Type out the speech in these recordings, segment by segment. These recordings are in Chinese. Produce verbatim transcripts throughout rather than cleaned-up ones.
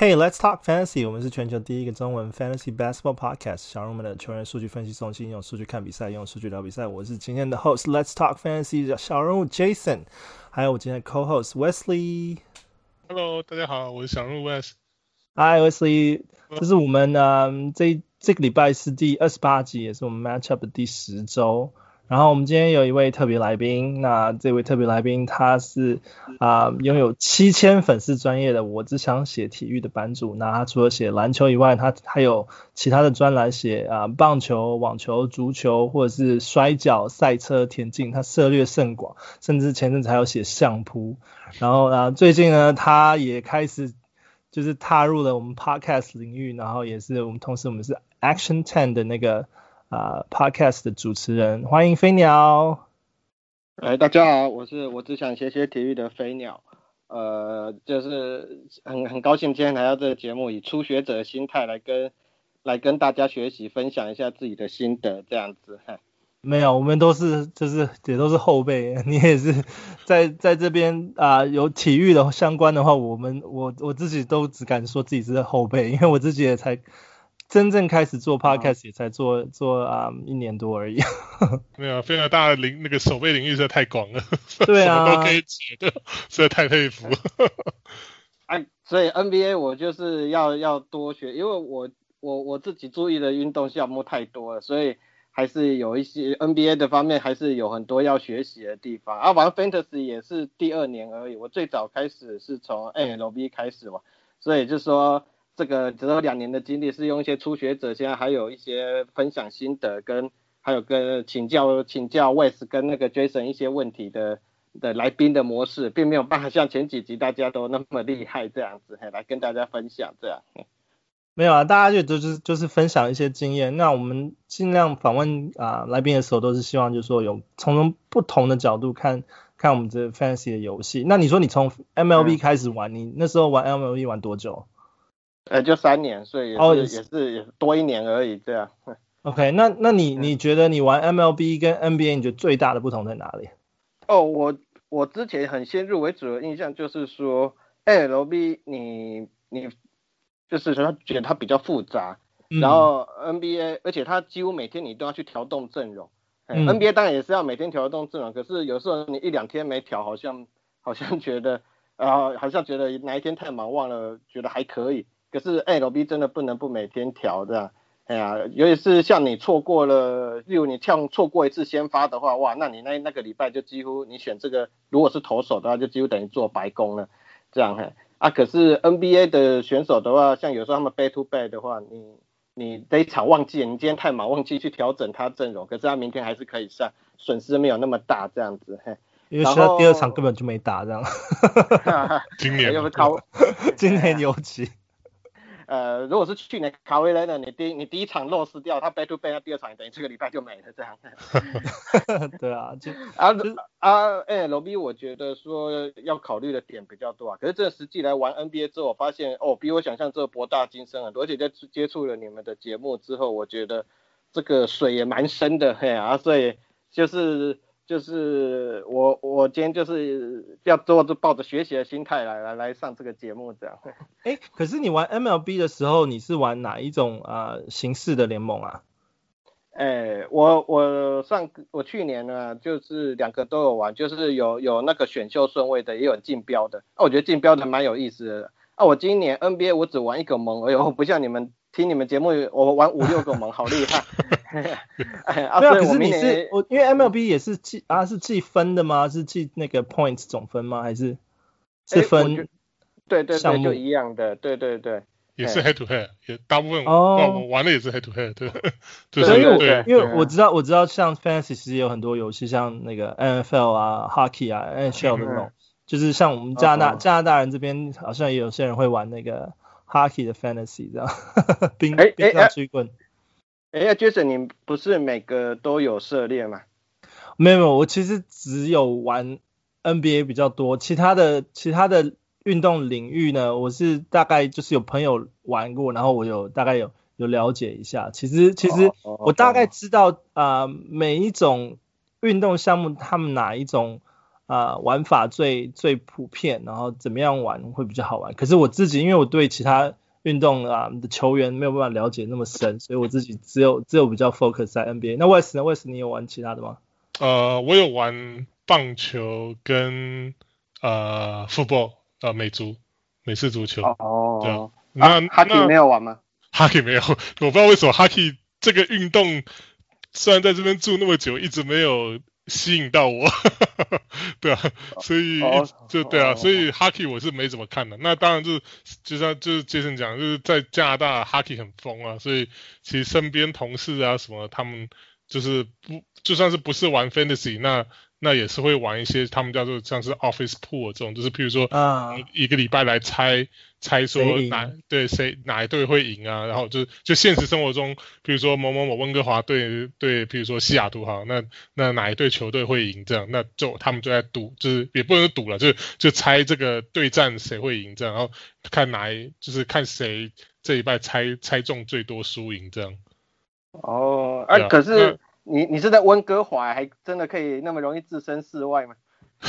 Hey, let's talk fantasy. 我们是全球第一个中文 fantasy basketball podcast， 小人们的球员数据分析中心，用数据看比赛，用数据聊比赛。我是今天的 host Let's talk fantasy 小人物 Jason， 还有我今天的 co-host Wesley。Hello， 大家好，我是小人物 Wes。Hi Wesley， 这是我们、嗯、这这个礼拜是第二十八集，也是我们 matchup 的第十周。然后我们今天有一位特别来宾，那这位特别来宾他是啊、呃、拥有七千粉丝专业的我只想写体育的版主。那他除了写篮球以外，他还有其他的专栏写啊、呃、棒球、网球、足球或者是摔跤、赛车、田径，他涉猎甚广，甚至前阵子还有写相扑。然后呢，最近呢他也开始就是踏入了我们 podcast 领域，然后也是我们同时我们是 Action Ten 的那个啊、uh, podcast 的主持人，欢迎飞鸟。 哎，大家好，我是我只想写写体育的飞鸟。呃，就是很很高兴今天来到这个节目，以初学者的心态来跟来跟大家学习，分享一下自己的心得，这样子。 没有，我们都是就是也都是后辈，你也是在在这边啊、呃、有体育的相关的话，我们我我自己都只敢说自己是后辈，因为我自己也才真正开始做 podcast 也才做做啊、um, 一年多而已。 没有，非常大的领那个手背领域实在太广了， 对啊， 什么都可以解的，实在太佩服了。 哎，所以 N B A 我就是要要多学，因为我我我自己注意的运动项目太多了，所以还是有一些 N B A 的方面还是有很多要学习的地方。啊，玩 Fantasy 也是第二年而已，我最早开始是从 N L B 开始玩，所以就说。这个只有两年的经历，是用一些初学者，现在还有一些分享心得，跟还有跟请教请教 Wes 跟那个 Jason 一些问题的的来宾的模式，并没有办法像前几集大家都那么厉害这样子，来跟大家分享这样。 没有啊，大家就就是就是分享一些经验。那我们尽量访问啊、呃、来宾的时候，都是希望就是说有从不同的角度看看我们这 fantasy 的游戏。那你说你从 M L B 开始玩，嗯、你那时候玩 M L B 玩多久？ 呃，就三年，所以也是、哦、也是也是多一年而已，这样。 OK， 那那你你觉得你玩 M L B 跟 N B A 你觉得最大的不同在哪里？ 哦，我我之前很先入为主的印象就是说 N L B 你你就是说觉得它比较复杂，嗯、然后 N B A 而且它几乎每天你都要去调动阵容，嗯、N B A 当然也是要每天调动阵容，可是有时候你一两天没调，好像好像觉得啊、呃、好像觉得哪一天太忙忘了，觉得还可以。可是 N L B 真的不能不每天调这样，哎呀，尤其是像你错过了，例如你跳错过一次先发的话，哇，那你那那个礼拜就几乎你选这个，如果是投手的话，就几乎等于做白工了，这样嘿啊。可是 N B A 的选手的话，像有时候他们 back to back 的话，你你这一场忘记，你今天太忙忘记去调整他阵容，可是他明天还是可以上，损失没有那么大这样子嘿。 因为他第二场根本就没打这样。 今年有考， 今年尤其。 呃，如果是去年卡威莱呢，你第你第一场落失掉，他 back to back， 他第二场等于这个礼拜就没了这样。 对啊，就啊啊 N L B 我觉得说要考虑的点比较多啊，可是这实际来玩 N B A 之后，我发现哦，比我想象这博大精深很多，而且在接触了你们的节目之后，我觉得这个水也蛮深的，嘿啊，所以就是。就是我我今天就是要做就抱着学习的心态来来来上这个节目这样。 哎，可是你玩 M L B 的时候，你是玩哪一种啊、呃、形式的联盟啊？ 哎，我我上我去年呢，就是两个都有玩，就是有有那个选秀顺位的，也有竞标的。啊，我觉得竞标的蛮有意思的。啊，我今年 N B A 我只玩一个盟，哎呦，不像你们听你们节目，我玩五六个盟，好厉害。 哎啊，可是你是我，因为 M L B 也是计啊是计分的吗？是计那个 points 总分吗？还是是分？ 对对对，就一样的，对对对。 也是 head to head， 也大部分哦， 我玩的也是 head to head， 对。 所以我对， 因为我知道我知道像 fantasy 其实有很多游戏，像那个 N F L 啊、hockey 啊、N H L 的那种，就是像我们加拿大加拿大人这边好像也有些人会玩那个 hockey 的 fantasy 这样，冰冰上曲棍。 哎呀 ，Jason， 你不是每个都有涉猎吗？ 没有没有，我其实只有玩 N B A 比较多，其他的其他的运动领域呢，我是大概就是有朋友玩过，然后我有大概有有了解一下。其实其实我大概知道啊、呃，每一种运动项目他们哪一种啊、呃、玩法最最普遍，然后怎么样玩会比较好玩。可是我自己因为我对其他运动啊的球员没有办法了解那么深，所以我自己只有只有比较 focus 在 N B A。那 Wes 呢 ？Wes 你有玩其他的吗？ 呃，我有玩棒球跟呃 football 呃美足美式足球。 哦， 对啊， 那 hockey 没有玩吗 ？hockey 没有，我不知道为什么 hockey 这个运动虽然在这边住那么久，一直没有吸引到我。对啊，所以哦就对啊， 哦所以 hockey 我是没怎么看的。那当然就是就像就是杰森讲，就是在加拿大 hockey 很疯啊，所以其实身边同事啊什么，他们就是不就算是不是玩 fantasy， 那那也是会玩一些他们叫做像是 office pool 这种，就是譬如说啊， 一个礼拜来猜猜说哪对谁哪一队会赢啊，然后就就现实生活中，譬如说某某某温哥华队对，譬如说西雅图好，那那哪一队球队会赢这样，那就他们就在赌，就是也不能赌了，就就猜这个对战谁会赢这样，然后看哪一就是看谁这一拜猜猜中最多输赢这样。 哦，啊，可是你你是在温哥华，还真的可以那么容易置身事外吗？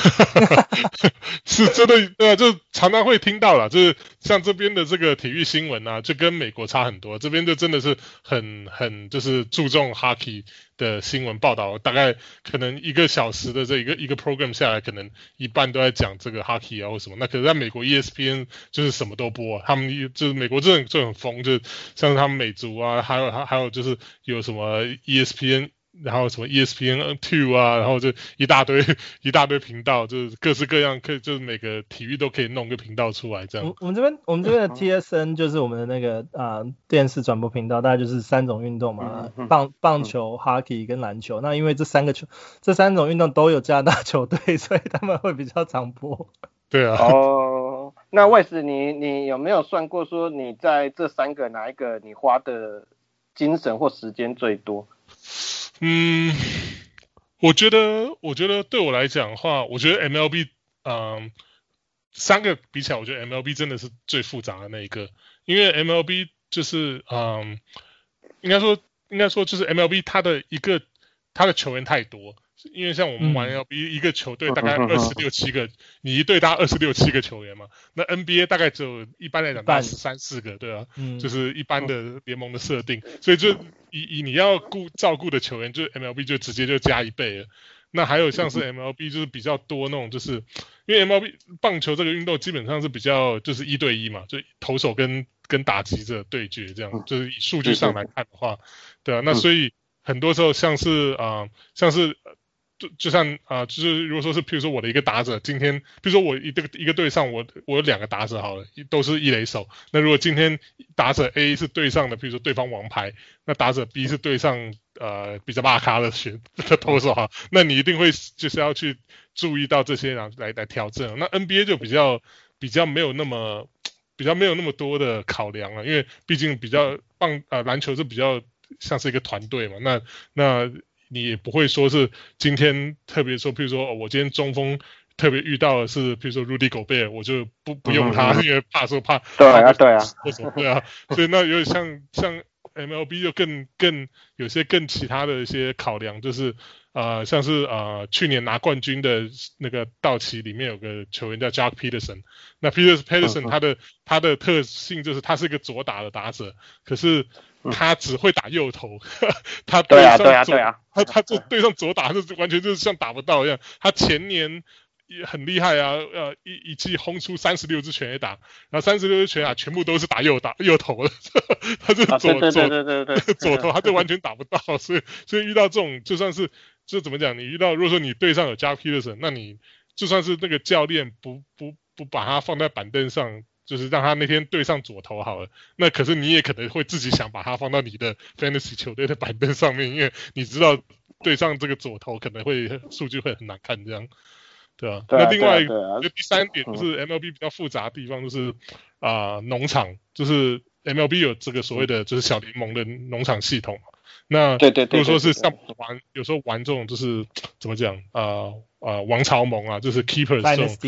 是真的，呃，就常常会听到啦，就是像这边的这个体育新闻啊，就跟美国差很多。这边就真的是很很就是注重 hockey 的新闻报道，大概可能一个小时的这一个一个 program 下来，可能一半都在讲这个 hockey 啊或什么。那可是在美国 E S P N 就是什么都播啊，他们就是美国真的就很疯，就是像是他们美足啊，还有还有就是有什么 E S P N。然后什么 E S P N 二 啊，然后就一大堆一大堆频道，就是各式各样，可就是每个体育都可以弄个频道出来这样。 我我们这边我们这边的 T S N 就是我们的那个啊、呃、电视转播频道，大概就是三种运动嘛， 嗯、 棒棒球、hockey 跟篮球。那因为这三个球这三种运动都有加拿大球队，所以他们会比较常播。 对啊。 哦，那Wes你你有没有算过说你在这三个哪一个你花的精神或时间最多？ 嗯，我觉得，我觉得对我来讲的话，我觉得 M L B， 嗯，三个比起来，我觉得 M L B 真的是最复杂的那一个，因为 M L B 就是，嗯，应该说，应该说就是 M L B 它的一个，它的球员太多。因为像我们玩 M L B、嗯、一个球队大概二十六七个，你一队大概二十六七个球员嘛，那 N B A 大概只有一般来讲大概十三四个，对啊、嗯，就是一般的联盟的设定，所以就以以你要顾照顾的球员，就 M L B 就直接就加一倍了。那还有像是 M L B 就是比较多那种，就是因为 M L B 棒球这个运动基本上是比较就是一对一嘛，就投手跟跟打击者对决这样，就是以数据上来看的话，对啊，那所以很多时候像是啊、呃、像是。就就像啊、呃，就是如果说是，譬如说我的一个打者，今天，比如说我一个一个队上我，我我有两个打者好了，都是一垒手。那如果今天打者 A 是对上的，比如说对方王牌，那打者 B 是对上呃比较大咖的选的投手哈，那你一定会就是要去注意到这些来来来调整。那 N B A 就比较比较没有那么比较没有那么多的考量了，因为毕竟比较棒呃篮球是比较像是一个团队嘛，那那。你也不会说是今天特别说，譬如说、哦、我今天中锋特别遇到的是，譬如说 Rudy Gobert， 我就不不用他，嗯、因为怕说怕对啊对啊， 对啊，所以那有点像像 M L B 就更更有些更其他的一些考量，就是呃像是呃去年拿冠军的那个道奇里面有个球员叫 Jack Peterson， 那 Peter Peterson 他的、嗯、他的特性就是他是一个左打的打者，可是。他只会打右投，他对上左， 对啊对啊， 他他这对上左打是完全就是像打不到一样。他前年也很厉害啊，呃一一季轰出三十六支全垒打，然后三十六支全垒打全部都是打右打右投的，他就左、啊、 对对对对对对左投他就完全打不到，所以所以遇到这种就算是就怎么讲，你遇到如果说你对上有Jack Peterson，那你就算是那个教练不不不把他放在板凳上。就是让他那天对上左投好了，那可是你也可能会自己想把他放到你的 fantasy 球队的板凳上面，因为你知道对上这个左投可能会数据会很难看这样，对吧、啊？那另外一个、啊、第三点就是 M L B 比较复杂的地方就是啊农、呃、场，就是 M L B 有这个所谓的就是小联盟的农场系统嘛。那如果说是像玩有时候玩这种就是怎么讲啊啊、呃呃、王朝盟啊，就是 Keepers 这种。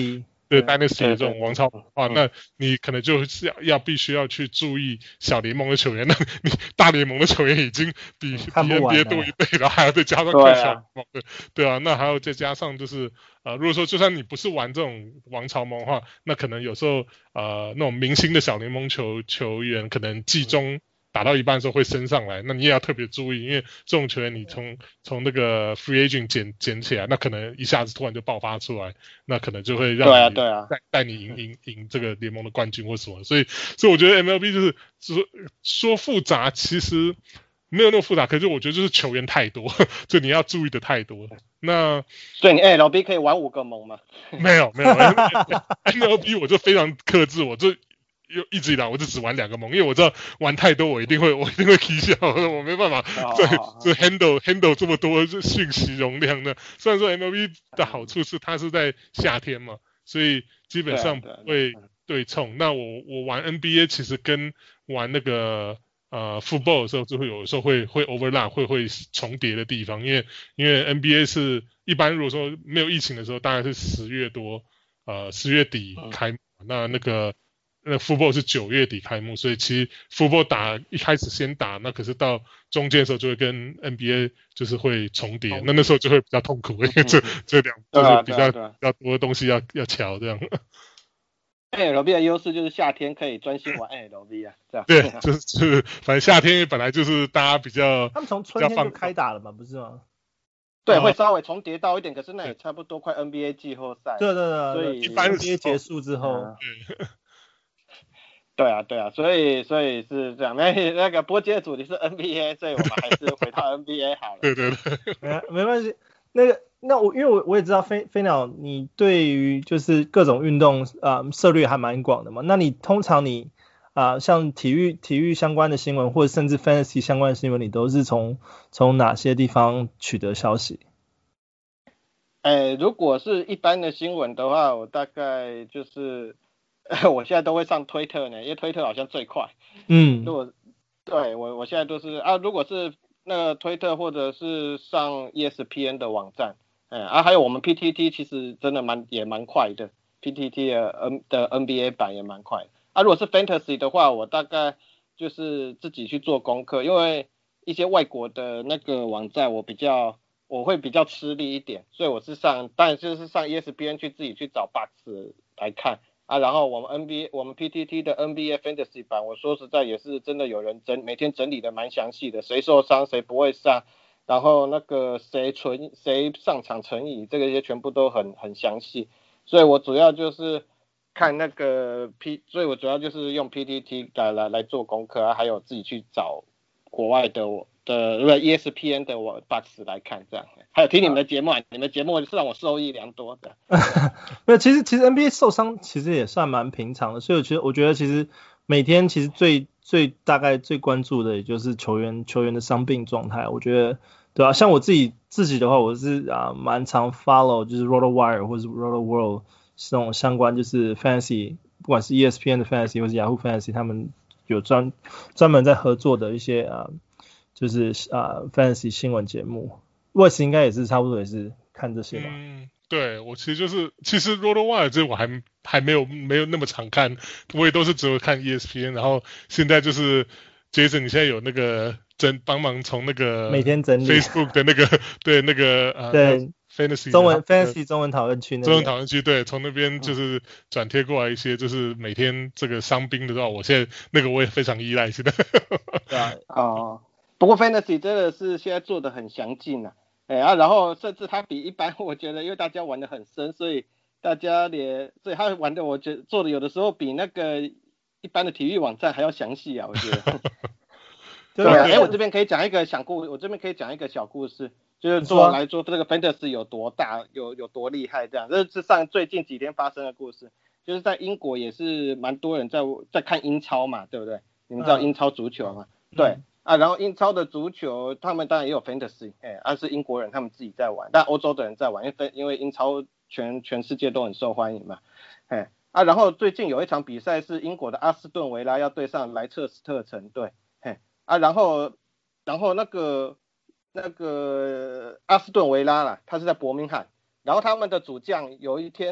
对 Dynasty 的这种王朝啊，那你可能就是要要必须要去注意小联盟的球员，那你大联盟的球员已经比比 N B A 多一倍，然后还要再加上看小联盟的，对啊，那还要再加上就是呃，如果说就算你不是玩这种王朝盟的话，那可能有时候呃那种明星的小联盟球球员可能季中打到一半的时候会升上来，那你也要特别注意，因为这种球员你从从那个 free agent 捡捡起来，那可能一下子突然就爆发出来，那可能就会让你带、啊啊、带你赢赢赢这个联盟的冠军或什么，所以所以我觉得 M L B 就是说说复杂，其实没有那么复杂，可是我觉得就是球员太多，就你要注意的太多。那所以你 M L B 可以玩五个盟吗？ 没有没有 ，M L B 我就非常克制，我就。一直以来我就只玩两个盟，因为我知道玩太多我一定会我一定会踢笑，我没办法对这 handle handle 这么多讯息容量的。虽然说 M L B 的好处是它是在夏天嘛，所以基本上不会对冲。那我我玩 N B A 其实跟玩那个呃 football 的时候就会有时候会会 overlap 会会重叠的地方，因为因为 N B A 是一般如果说没有疫情的时候大概是十月多呃十月底开幕，嗯、那那个。那 football 是九月底开幕，所以其实 football 打一开始先打，那可是到中间的时候就会跟 N B A 就是会重叠，那那时候就会比较痛苦，因为这这两就是比较、啊啊、比较多的东西要要瞧这样。 M L B 的优势就是夏天可以专心玩 M L B 啊，这样。 对，就是就是反正夏天本来就是大家比较， 他们从春天就开打了嘛，不是吗？ 对，会稍微重叠到一点，可是那也差不多快 N B A 季后赛。 对对对， 所以一般 N B A 结束之后。 嗯对啊，对啊，所以所以是这样。那那个波接的主题是 N B A， 所以我们还是回到 N B A 好了。 对对对， 没没关系。那个，那我因为我我也知道飞飞鸟，你对于就是各种运动啊、呃、涉猎还蛮广的嘛。那你通常你啊、呃、像体育体育相关的新闻，或者甚至 fantasy 相关的新闻，你都是从从哪些地方取得消息？ 哎，如果是一般的新闻的话，我大概就是。我现在都会上推特呢，因为推特好像最快。 嗯， 如果对我我现在都是啊，如果是那个推特或者是上 E S P N 的网站，嗯啊，还有我们 P T T 其实真的蛮也蛮快的 ，P T T 的 N 的 N B A 版也蛮快的。啊，如果是 Fantasy 的话，我大概就是自己去做功课，因为一些外国的那个网站我比较我会比较吃力一点，所以我是上，当然就是上 E S P N 去自己去找 box 来看。啊，然后我们 N B A 我们 P T T 的 N B A Fantasy 版，我说实在也是真的有人整每天整理的蛮详细的，谁受伤谁不会上，然后那个谁存谁上场乘以这个些全部都很很详细，所以我主要就是看那个 P， 所以我主要就是用 P T T 来来来做功课啊，还有自己去找国外的我的不 E S P N 的我 box 来看这样，还有听你们的节目啊，你们节目是让我受益良多的。 没有，其实其实 N B A 受伤其实也算蛮平常的，所以我觉得我觉得其实每天其实最最大概最关注的也就是球员球员的伤病状态，我觉得对啊，像我自己自己的话，我是啊蛮常 follow 就是 RotoWire 或者是 RotoWorld 这种相关就是 Fantasy， 不管是 E S P N 的 Fantasy 或是 Yahoo Fantasy， 他们有专专门在合作的一些啊就是啊 Fantasy 新闻节目。Wes 应该也是差不多也是看这些吧。 嗯，对，我其实就是其实 RotoWire 这我还还没有没有那么常看，我也都是只有看 E S P N， 然后现在就是 Jason 你现在有那个整帮忙从那个每天整理 Facebook 的那个对那个呃对 Fantasy 中文 Fantasy 中文讨论区那中文讨论区对，从那边就是转贴过来一些，就是每天这个伤兵的话，我现在那个我也非常依赖现在。 对啊，哦，不过 Fantasy 真的是现在做的很详尽啊。哎啊，然后甚至它比一般，我觉得因为大家玩的很深，所以大家连，所以他玩的，我觉得做的有的时候比那个一般的体育网站还要详细啊，我觉得。对啊，哎，我这边可以讲一个小故，我这边可以讲一个小故事，就是说来说这个 Fantasy 有多大，有有多厉害这样。这是上最近几天发生的故事，就是在英国也是蛮多人在在看英超嘛，对不对？你们知道英超足球吗？嗯、对。啊，然后英超的足球，他们当然也有 fantasy， 哎，而、啊、是英国人他们自己在玩，但欧洲的人在玩，因为因为英超全全世界都很受欢迎嘛，哎，啊，然后最近有一场比赛是英国的阿斯顿维拉要对上莱彻斯特城队，嘿，啊，然后然后那个那个阿斯顿维拉啦，他是在伯明翰，然后他们的主将有一天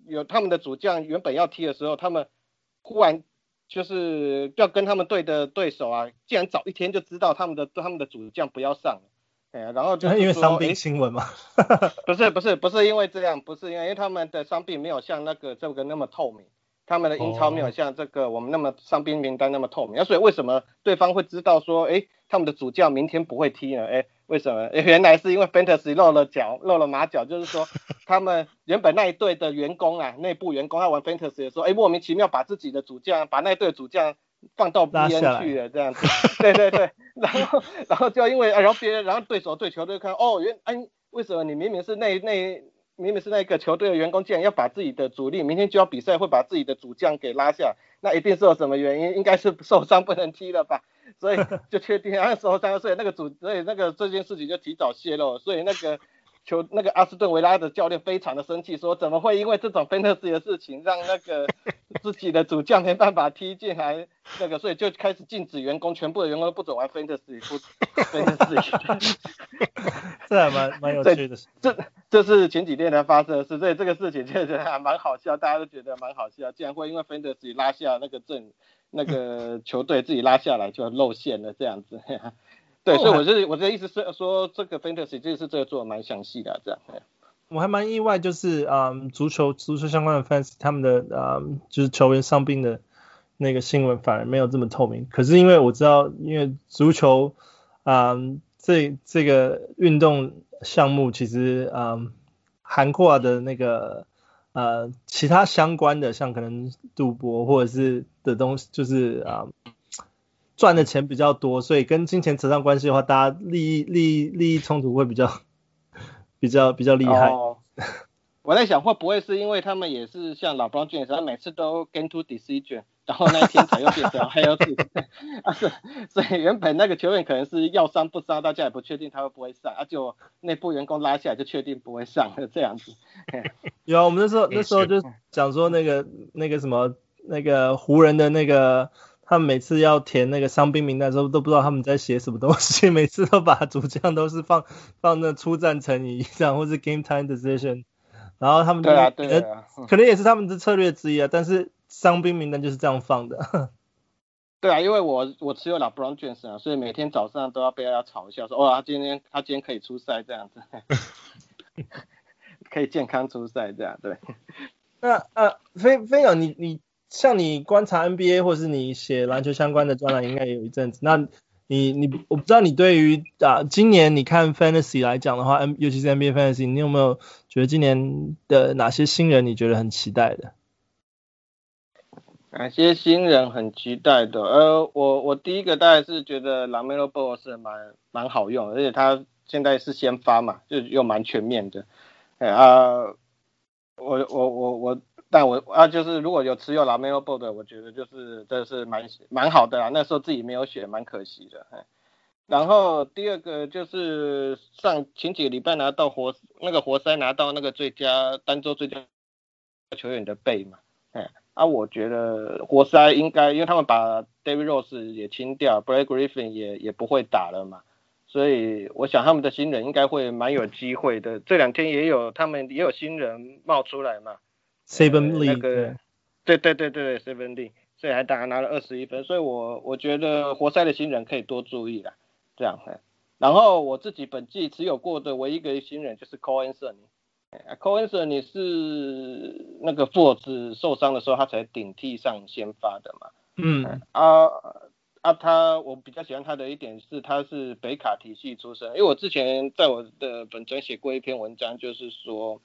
有他们的主将原本要踢的时候，他们忽然就是要跟他们队的对手啊，竟然早一天就知道他们的他们的主将不要上了。哎，然后就是因为伤病新闻嘛， 不是不是不是因为这样，不是因为因为他们的伤病没有像那个这个那么透明，他们的英超没有像这个我们那么伤病名单那么透明，所以为什么对方会知道说，哎，他们的主将明天不会踢呢？哎，为什么？原来是因为 Fantasy 露了脚，露了马脚，就是说他们原本那一队的员工啊，内部员工在玩 Fantasy 的时候，哎，莫名其妙把自己的主将，把那一队的主将放到 B N 去了，这样子，对对对，然后然后就因为，然后别人，然后对手对球队看，哦，原哎，为什么你明明是那那明明是那个球队的员工，竟然要把自己的主力，明天就要比赛，会把自己的主将给拉下，那一定是有什么原因，应该是受伤不能踢了吧？所以就确定他受伤，所以那个主，所以那个这件事情就提早泄露，所以那个。球那个阿斯顿维拉的教练非常的生气，说怎么会因为这种 fantasy 的事情让那个自己的主将没办法踢进来，那个所以就开始禁止员工，全部的员工都不准玩 fantasy， 不 fantasy。 这还蛮蛮有趣的。 这这是前几天才发生的事，所以这个事情确实还蛮好笑，大家都觉得蛮好笑，竟然会因为 fantasy 拉下那个阵那个球队自己拉下来就露馅了这样子。对，所以我是我的意思是说，这个 fantasy 就是这个做的蛮详细的、啊，这样。 我还蛮意外，就是嗯，足球足球相关的 fans 他们的嗯，就是球员伤病的那个新闻反而没有这么透明。可是因为我知道，因为足球嗯这这个运动项目其实嗯涵盖的那个呃其他相关的，像可能赌博或者是的东西，就是啊。嗯赚的钱比较多，所以跟金钱扯上关系的话，大家利益利益利益冲突会比较比较比较厉害。哦、 我在想会不会是因为他们也是像老 LeBron James，他每次都 game to decision， 然后那一天才又变成 hell to， 啊是，所以原本那个球员可能是要伤不伤，大家也不确定他会不会上，啊就内部员工拉下来就确定不会上了这样子。 有啊，我们那时候那时候就讲说那个那个什么那个湖人的那个。他们每次要填那个伤兵名单的时候，都不知道他们在写什么东西，每次都把主将都是放放那出战成绩这样，或是 game time decision， 然后他们就对啊对啊， 可能也是他们的策略之一啊，但是伤兵名单就是这样放的。 对啊，因为我我持有老 LeBron James 啊，所以每天早上都要被他吵一下，说哦他今天他今天可以出赛这样子，可以健康出赛这样对。 那呃飞飞友你你。像你观察 N B A 或是你写篮球相关的专栏应该也有一阵子，那你你我不知道你对于啊今年你看 Fantasy 来讲的话，尤其是 N B A Fantasy， 你有没有觉得今年的哪些新人你觉得很期待的？ 哪些新人很期待的？呃，我我第一个当然是觉得 LaMelo Ball 是蛮蛮好用的，而且他现在是先发嘛，就又蛮全面的。哎啊，我我我我。但我啊，就是如果有持有LaMelo Ball的，我觉得就是这是蛮蛮好的啦。那时候自己没有选，蛮可惜的。然后第二个就是上前几个礼拜拿到活那个活塞拿到那个最佳单周最佳球员的贝嘛，哎啊，我觉得活塞应该，因为他们把 David Rose 也清掉 ，Blake Griffin 也也不会打了嘛，所以我想他们的新人应该会蛮有机会的。这两天也有他们也有新人冒出来嘛。 Seven Lee，、呃那个、对对对对 Seven Lee， 所以还打拿了二十一分，所以我我觉得活塞的新人可以多注意啦，这样。然后我自己本季持有过的唯一一个新人就是 Cole Anthony，Cole Anthony 是那个 Fultz 受伤的时候他才顶替上先发的嘛， 嗯啊啊他我比较喜欢他的一点是他是北卡体系出身，因为我之前在我的本专写过一篇文章，就是说。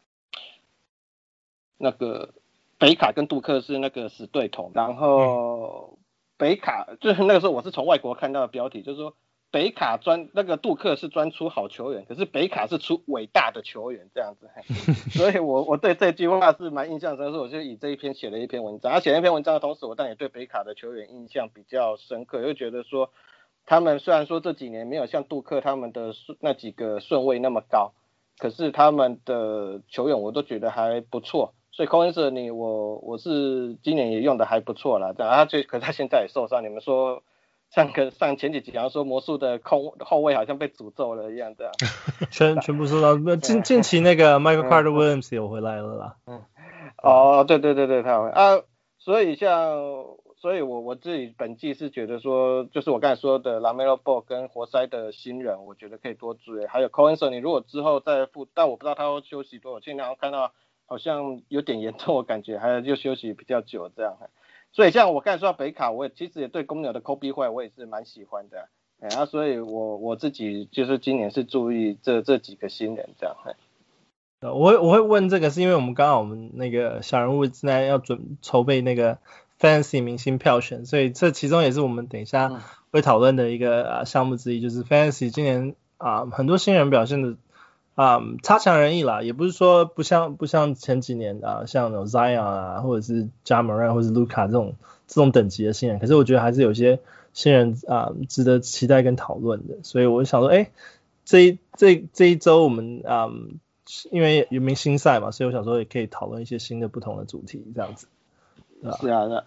那个北卡跟杜克是那个死对头，然后北卡就是那个时候我是从外国看到的标题，就是说北卡专那个杜克是专出好球员，可是北卡是出伟大的球员这样子，所以我我对这句话是蛮印象深刻，我就以这一篇写了一篇文章。而写那篇文章的同时，我当然也对北卡的球员印象比较深刻，又觉得说他们虽然说这几年没有像杜克他们的那几个顺位那么高，可是他们的球员我都觉得还不错。所以 Cole Anthony 我我是今年也用的还不错啦，这样他就可是他现在也受伤，你们说上个上前几集好像说魔术的空后卫好像被诅咒了一样，这样全全部受伤。近近期那个 Michael Carter Williams 也回来了啦。 嗯哦，对对对对，他会啊，所以像，所以我我自己本季是觉得说，就是我刚才说的 LaMelo Ball 跟活塞的新人，我觉得可以多追，还有 Cole Anthony，如果之后再复，但我不知道他会休息多久，现在看到好像有点严重，我感觉还有就休息比较久这样。所以像我刚才说到北卡，我也其实也对公牛的 Kobe White 我也是蛮喜欢的，哎啊，所以我我自己就是今年是注意这这几个新人这样。 我会我会问这个是因为我们刚好我们那个小人物现在要准筹备那个 Fantasy 明星票选，所以这其中也是我们等一下会讨论的一个、呃、项目之一，就是 Fantasy 今年啊、呃、很多新人表现的啊、呃、差强人意啦，也不是说不像不像前几年啊、呃、像有 Zion 啊或者是 Ja Morant 或者是 Luka 这种这种等级的新人，可是我觉得还是有些新人啊、呃、值得期待跟讨论的，所以我想说，哎，这这这一周我们啊。呃因为有明星赛嘛，所以我想说也可以讨论一些新的不同的主题，这样子。 是啊，是啊。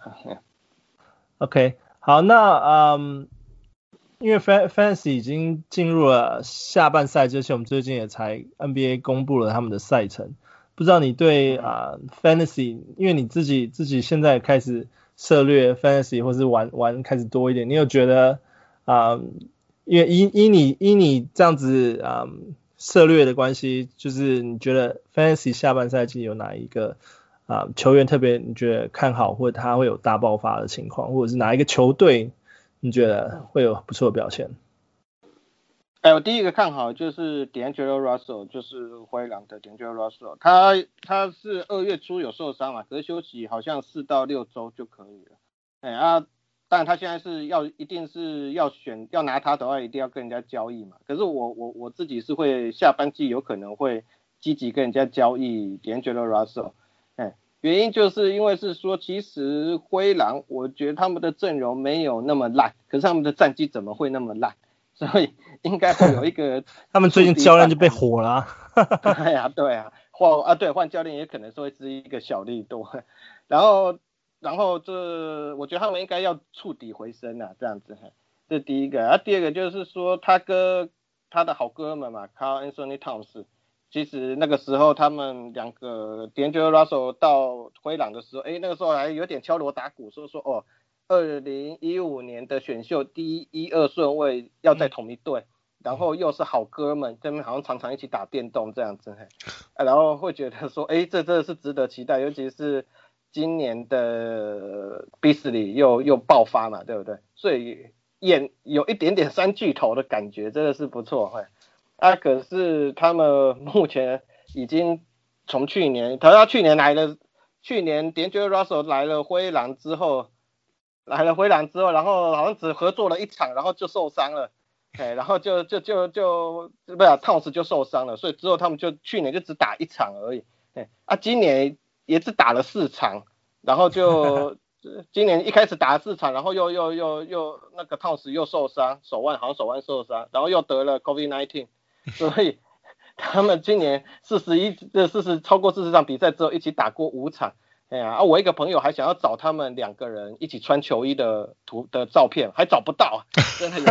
OK， 好，那嗯，因为 Fantasy 已经进入了下半赛季，而且我们最近也才 N B A 公布了他们的赛程，不知道你对啊、呃、Fantasy， 因为你自己自己现在开始涉猎 Fantasy 或是玩玩开始多一点，你有觉得啊、呃，因为依依你依你这样子啊。呃策略的关系，就是你觉得 Fantasy 下半赛季有哪一个啊、呃、球员特别你觉得看好，或者他会有大爆发的情况，或者是哪一个球队你觉得会有不错的表现？ 哎，我第一个看好就是 D'Angelo Russell， 就是灰狼的 D'Angelo Russell， 他他是二月初有受伤嘛，可是休息好像四到六周就可以了。哎啊。当然他现在是要一定是要选要拿他的话，一定要跟人家交易嘛。可是我我我自己是会下半季有可能会积极跟人家交易 D'Angelo Russell， 哎，原因就是因为是说，其实灰狼我觉得他们的阵容没有那么烂，可是他们的战绩怎么会那么烂？所以应该会有一个他们最近教练就被火了、啊。 对呀、啊，对啊，换啊对换教练也可能是会是一个小力度，然后。然后这，我觉得他们应该要触底回升啊，这样子。这第一个，啊，第二个就是说，他跟他的好哥们嘛 ，Karl Anthony Towns， 其实那个时候他们两个 D'Angelo Russell 到灰狼的时候，哎，那个时候还有点敲锣打鼓，说说哦，二零一五年的选秀第一一二顺位要在同一队，嗯、然后又是好哥们，他们好像常常一起打电动这样子，啊、然后会觉得说，哎，这真的是值得期待，尤其是。今年的比斯利又又爆发嘛，对不对？所以演有一点点三巨头的感觉，真的是不错。啊，可是他们目前已经从去年，他他去年来了，去年 D'Angelo Russell 来了灰狼之后，来了灰狼之后，然后好像只合作了一场，然后就受伤了，哎，然后就就就就不是 Towns 就受伤了，所以之后他们就去年就只打一场而已，哎，啊，今年。也只打了四场，然后就今年一开始打了四场，然后又又又又那个汤斯又受伤，手腕好像手腕受伤，然后又得了 COVID 十九， 所以他们今年四十一这四十超过四十场比赛之后，一起打过五场。哎呀，啊，我一个朋友还想要找他们两个人一起穿球衣的图的照片，还找不到，真的有，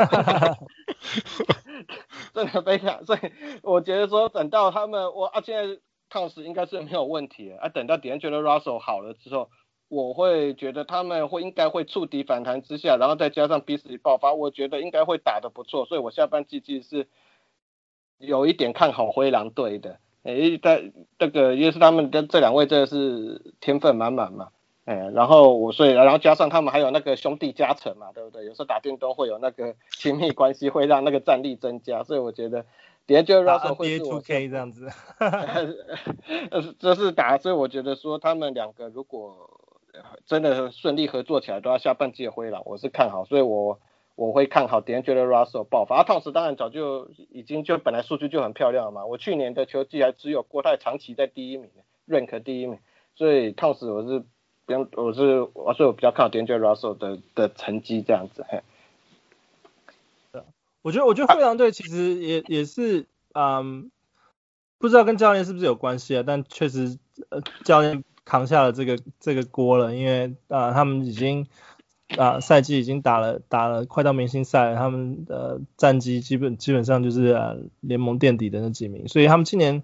真的非常，所以我觉得说等到他们我啊现在。汤斯应该是没有问题的啊，等到 D'Angelo Russell 好了之后，我会觉得他们会应该会触底反弹之下，然后再加上比斯利爆发，我觉得应该会打得不错，所以我下半季其实是有一点看好灰狼队的，诶，但这个也是他们的这两位真的是天分满满嘛，哎，然后我所以然后加上他们还有那个兄弟加成嘛，对不对？有时候打电动会有那个亲密关系，会让那个战力增加，所以我觉得。D'Angelo Russell 会是我 N B A 二 K 这样子， 这是打，所以我觉得说他们两个如果真的顺利合作起来，都要下半季的灰狼，我是看好，所以我我会看好 D'Angelo Russell 爆发。啊，汤斯当然早就已经就本来数据就很漂亮了嘛，我去年的球季还只有郭泰长期在第一名 ，rank 第一名，所以汤斯我是不用，我是我所以我比较看好 D'Angelo Russell 的的成绩这样子，嘿。 我觉得，我觉得灰狼队其实也也是，嗯，不知道跟教练是不是有关系啊？但确实，呃，教练扛下了这个这个锅了，因为啊、呃，他们已经啊、呃、赛季已经打了打了快到明星赛了，他们的战绩基本基本上就是、呃、联盟垫底的那几名，所以他们今年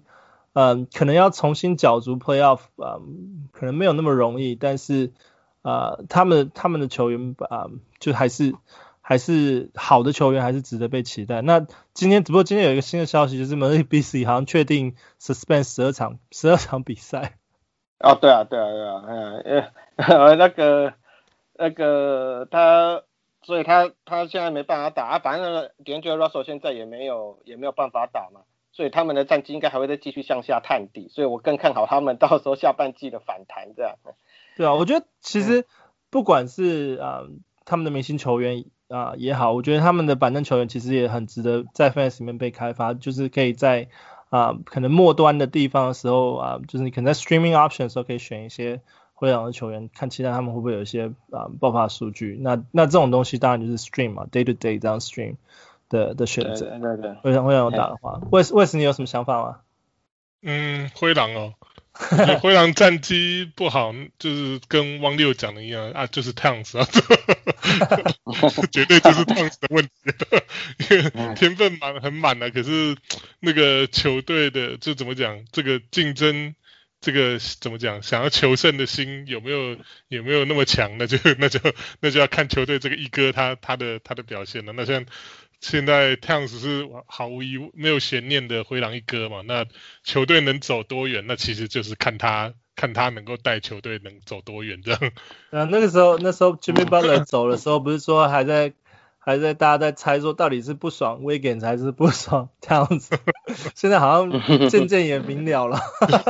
嗯，可能要重新角逐 playoff， 嗯，可能没有那么容易，但是呃，他们他们的球员啊、嗯，就还是还是好的球员，还是值得被期待。那今天只不过今天有一个新的消息，就是 Malik Beasley 好像确定 suspend 十二场十二场比赛。 哦，对啊，对啊，对啊，嗯，呃，那个那个他，所以他他现在没办法打啊，反正 D'Angelo Russell 现在也没有也没有办法打嘛，所以他们的战绩应该还会再继续向下探底，所以我更看好他们到时候下半季的反弹这样。 对啊，我觉得其实不管是啊、呃、他们的明星球员啊、呃、也好，我觉得他们的板凳球员其实也很值得在 Fantasy 里面被开发，就是可以在啊、呃、可能末端的地方的时候啊、呃，就是你可能在 Streaming Option 的时候可以选一些灰狼的球员，看期待他们会不会有一些啊、呃、爆发数据。那那这种东西当然就是 Stream 嘛 ，Day to Day 这样 Stream 的的选择。 对对对， 灰狼灰狼有打的话，魏魏斯你有什么想法吗？ 嗯，灰狼哦。我觉得灰狼战绩不好，就是跟汪六讲的一样啊，就是 Towns 啊，绝对就是 Towns 的问题，因为天分满很满了、啊，可是那个球队的就怎么讲，这个竞争，这个怎么讲，想要求胜的心有没有有没有那么强？那就那就那就要看球队这个一哥他他的他的表现了。那像现在 Towns 是毫无疑没有悬念的灰狼一哥嘛，那球队能走多远，那其实就是看他看他能够带球队能走多远这样。 啊，那个时候那时候 Jimmy Butler 走的时候，不是说还在还在大家在猜说到底是不爽 Wiggins 还是不爽 Towns， 现在好像渐渐也明了了。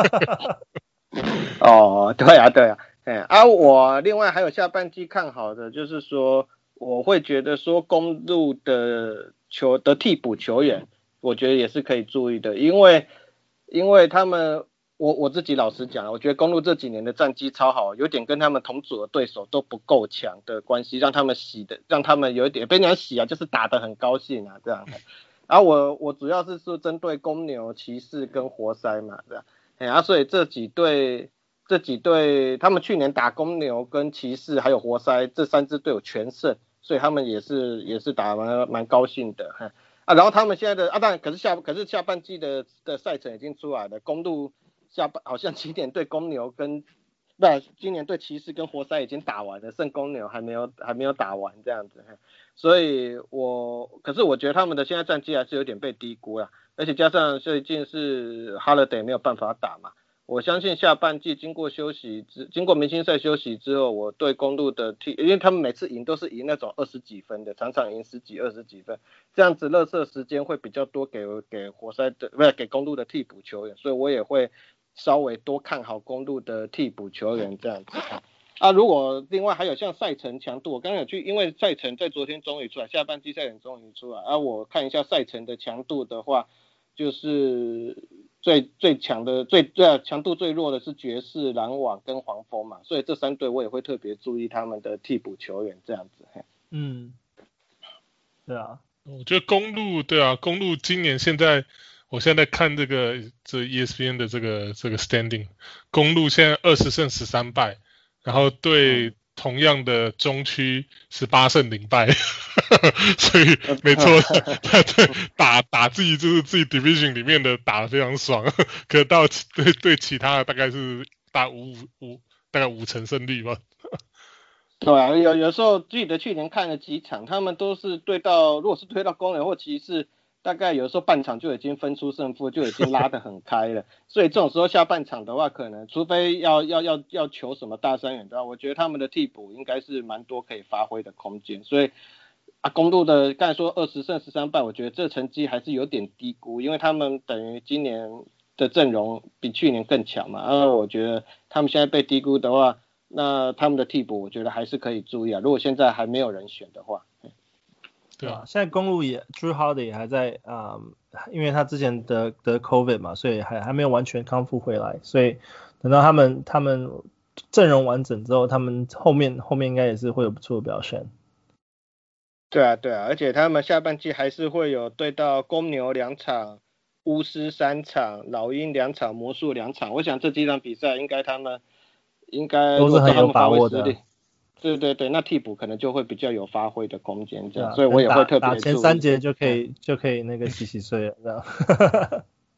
哦，对啊对啊，哎啊，我另外还有下半季看好的就是说。我会觉得说公鹿的球的替补球员，我觉得也是可以注意的，因为因为他们我我自己老实讲，我觉得公鹿这几年的战绩超好，有点跟他们同组的对手都不够强的关系，让他们洗的让他们有一点被人家洗啊，就是打得很高兴啊这样。然后我我主要是说针对公牛、骑士跟活塞嘛这样，哎啊，所以这几队。这几队他们去年打公牛跟骑士还有活塞这三支队有全胜，所以他们也是也是打蛮蛮高兴的啊。然后他们现在的啊，当然可是下可是下半季的的赛程已经出来了，公鹿下半好像今年对公牛跟不今年对骑士跟活塞已经打完了，剩公牛还没有还没有打完这样子，所以我可是我觉得他们的现在战绩还是有点被低估了，而且加上最近是 Holiday 没有办法打嘛。我相信下半季经过休息之，经过明星赛休息之后，我对公鹿的替，因为他们每次赢都是赢那种二十几分的，常常赢十几、二十几分，这样子垃圾时间会比较多给给活塞的，不是给公鹿的替补球员，所以我也会稍微多看好公鹿的替补球员这样子。啊，如果另外还有像赛程强度，我刚刚有去，因为赛程在昨天终于出来，下半季赛程终于出来，啊，我看一下赛程的强度的话，就是最最强的最最强度最弱的是爵士、篮网跟黄蜂嘛，所以这三队我也会特别注意他们的替补球员这样子。 嗯，对啊， 我觉得公鹿对啊，公鹿今年现在我现在看这个这 E S P N 的这个这个 standing， 公鹿现在二十胜十三败，然后对同样的中区十八胜零败，所以没错，他对打打自己就是自己 division 里面的打得非常爽，可到对对其他的大概是大五五大概五成胜率吧。 对啊，有有时候记得去年看了几场，他们都是对到，如果是对到公牛或骑士，大概有时候半场就已经分出胜负，就已经拉得很开了。所以这种时候下半场的话，可能除非要要要要求什么大三元的话，我觉得他们的替补应该是蛮多可以发挥的空间。所以啊，公鹿的刚才说二十胜十三败，我觉得这成绩还是有点低估，因为他们等于今年的阵容比去年更强嘛。然后我觉得他们现在被低估的话，那他们的替补我觉得还是可以注意啊，如果现在还没有人选的话。 对啊，现在公鹿也 Drew Holiday 也还在啊、嗯，因为他之前得得 COVID 嘛，所以还还没有完全康复回来，所以等到他们他们阵容完整之后，他们后面后面应该也是会有不错的表现。 对啊对啊，而且他们下半季还是会有对到公牛两场、巫师三场、老鹰两场、魔术两场，我想这几场比赛应该他们应该都是很有把握的。 对对对，那替补可能就会比较有发挥的空间，这样，所以我也会特别打前三节就可以、嗯、就可以那个洗洗睡了，这样。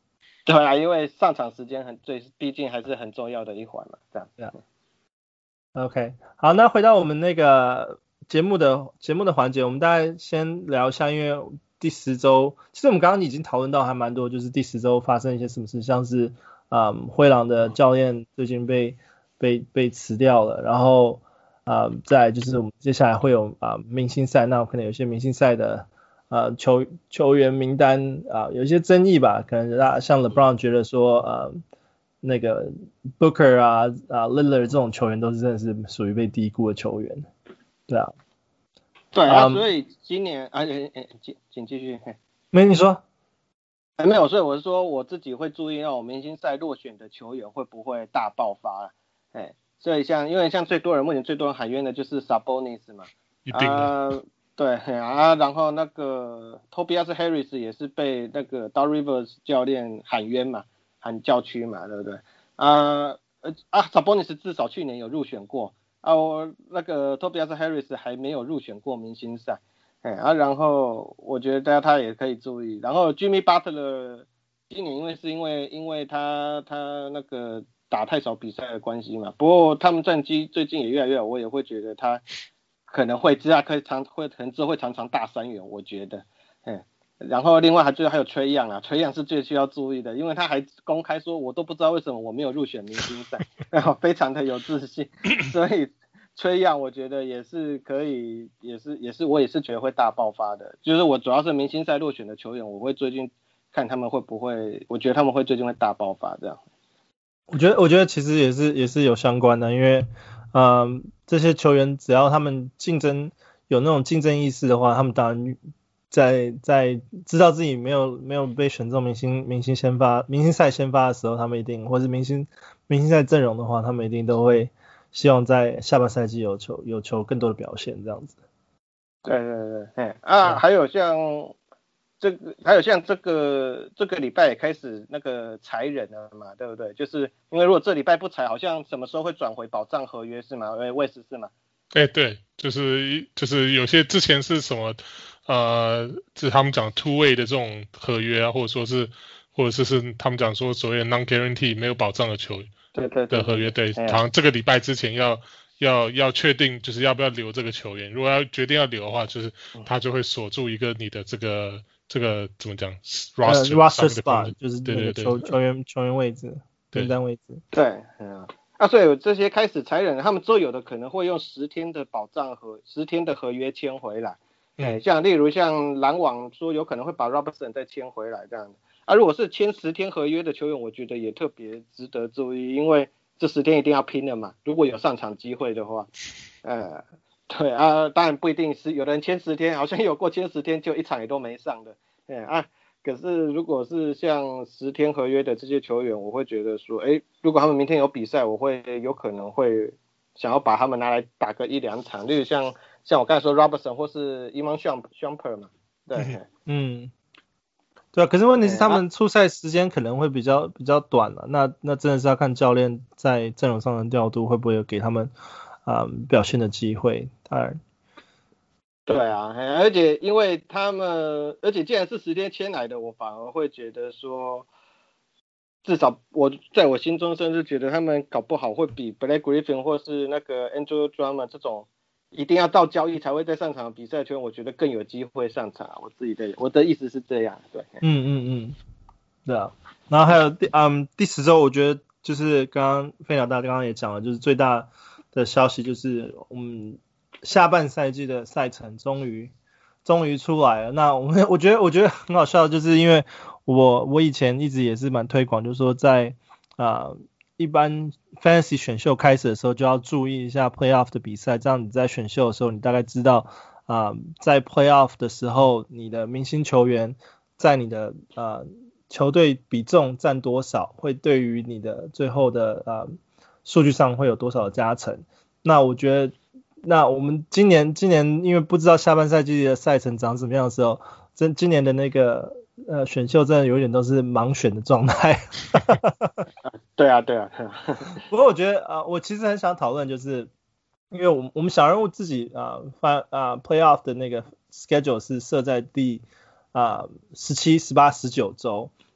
对啊，因为上场时间很最，毕竟还是很重要的一环嘛，这样。 对啊。OK， 好，那回到我们那个节目的节目的环节，我们大概先聊一下，因为第十周，其实我们刚刚已经讨论到还蛮多，就是第十周发生一些什么事，像是嗯灰狼的教练最近被被被辞掉了，然后啊、嗯、再来就是我们接下来会有啊、呃、明星赛，那可能有些明星赛的呃球球员名单啊、呃、有一些争议吧，可能大像 LeBron 觉得说呃那个 Booker 啊啊 Lillard 这种球员都是真的是属于被低估的球员，对啊。 对啊， um, 所以今年啊，请请请继续。 没你说。 哎，没有，所以我是说我自己会注意到我明星赛落选的球员会不会大爆发，哎，所以像因为像最多人目前最多人喊冤的就是 Sabonis 嘛， 一定的。 啊，对啊，然后那个 Tobias Harris 也是被那个 Doc Rivers 教练喊冤嘛，喊叫屈嘛，对不对？啊呃啊 Sabonis 至少去年有入选过啊，我那个 Tobias Harris 还没有入选过明星赛。哎啊，然后我觉得他也可以注意。然后 Jimmy Butler 今年因为是因为因为他他那个打太少比赛的关系嘛，不过他们战绩最近也越来越好，我也会觉得他可能会之后可以常会可能之后会常常大三元，我觉得，哎，然后另外还最后还有Trae Young啊，Trae Young是最需要注意的，因为他还公开说我都不知道为什么我没有入选明星赛，然后非常的有自信，所以。Trae Young我觉得也是可以，也是也是我也是觉得会大爆发的。就是我主要是明星赛落选的球员，我会最近看他们会不会，我觉得他们会最近会大爆发这样。 我觉得我觉得其实也是也是有相关的，因为嗯这些球员只要他们竞争有那种竞争意识的话，他们当然在在知道自己没有没有被选中明星明星先发明星赛先发的时候，他们一定或是明星明星赛阵容的话，他们一定都会。希望在下半赛季有球有球更多的表现这样子。 对对对，哎啊，还有像这个，还有像这个这个礼拜也开始那个裁人了嘛，对不对？就是因为如果这礼拜不裁，好像什么时候会转回保障合约是吗？哎，我也是是吗？ 哎，对，就是就是有些之前是什么呃，就是他们讲 two way 的这种合约啊，或者说是或者是是他们讲说所谓的 non guarantee 没有保障的球员。 对对对的合约，对， 对好像这个礼拜之前要要要确定，就是要不要留这个球员。如果要决定要留的话，就是他就会锁住一个你的这个这个怎么讲 roster roster spot， 就是对对对球球员球员位置名单位置。 对，嗯啊，所以这些开始裁人，他们都有的可能会用十天的保障和十天的合约签回来。哎，像例如像篮网说有可能会把 Robertson 再签回来这样的。啊，如果是签十天合约的球员，我觉得也特别值得注意，因为这十天一定要拼了嘛。如果有上场机会的话，呃，对啊，当然不一定是有人签十天，好像有过签十天就一场也都没上的，哎啊，可是如果是像十天合约的这些球员，我会觉得说，哎，如果他们明天有比赛，我会有可能会想要把他们拿来打个一两场，例如像像我刚才说 Robertson 或是 Iman Shumpert 嘛，对， 嗯。对啊，可是问题是他们出赛时间可能会比较比较短了，那那真的是要看教练在阵容上的调度会不会有给他们啊、嗯、表现的机会。当然， 对啊，而且因为他们，而且既然是十天签来的，我反而会觉得说，至少我在我心中甚至觉得他们搞不好会比 Blake Griffin 或是那个 Andrew Drummond 这种。一定要到交易才会在上场的比赛圈，我觉得更有机会上场。我自己的我的意思是这样，对。 嗯嗯嗯，对啊。然后还有第嗯第十周，我觉得就是刚刚飞鸟大刚刚也讲了，就是最大的消息就是我们下半赛季的赛程终于终于出来了。那我们我觉得我觉得很好笑，就是因为我我以前一直也是蛮推广，就是说在啊。呃一般 fantasy 选秀开始的时候就要注意一下 playoff 的比赛，这样你在选秀的时候你大概知道啊、呃，在 playoff 的时候你的明星球员在你的呃球队比重占多少，会对于你的最后的呃数据上会有多少的加成。那我觉得那我们今年今年因为不知道下半赛季的赛程长什么样的时候，真今年的那个呃选秀真的有点都是盲选的状态。 对啊对啊。 不过我觉得啊、呃，我其实很想讨论，就是因为我们我们小人物自己啊发啊 playoff 的那个 schedule 是设在第啊十七、十八、十九周。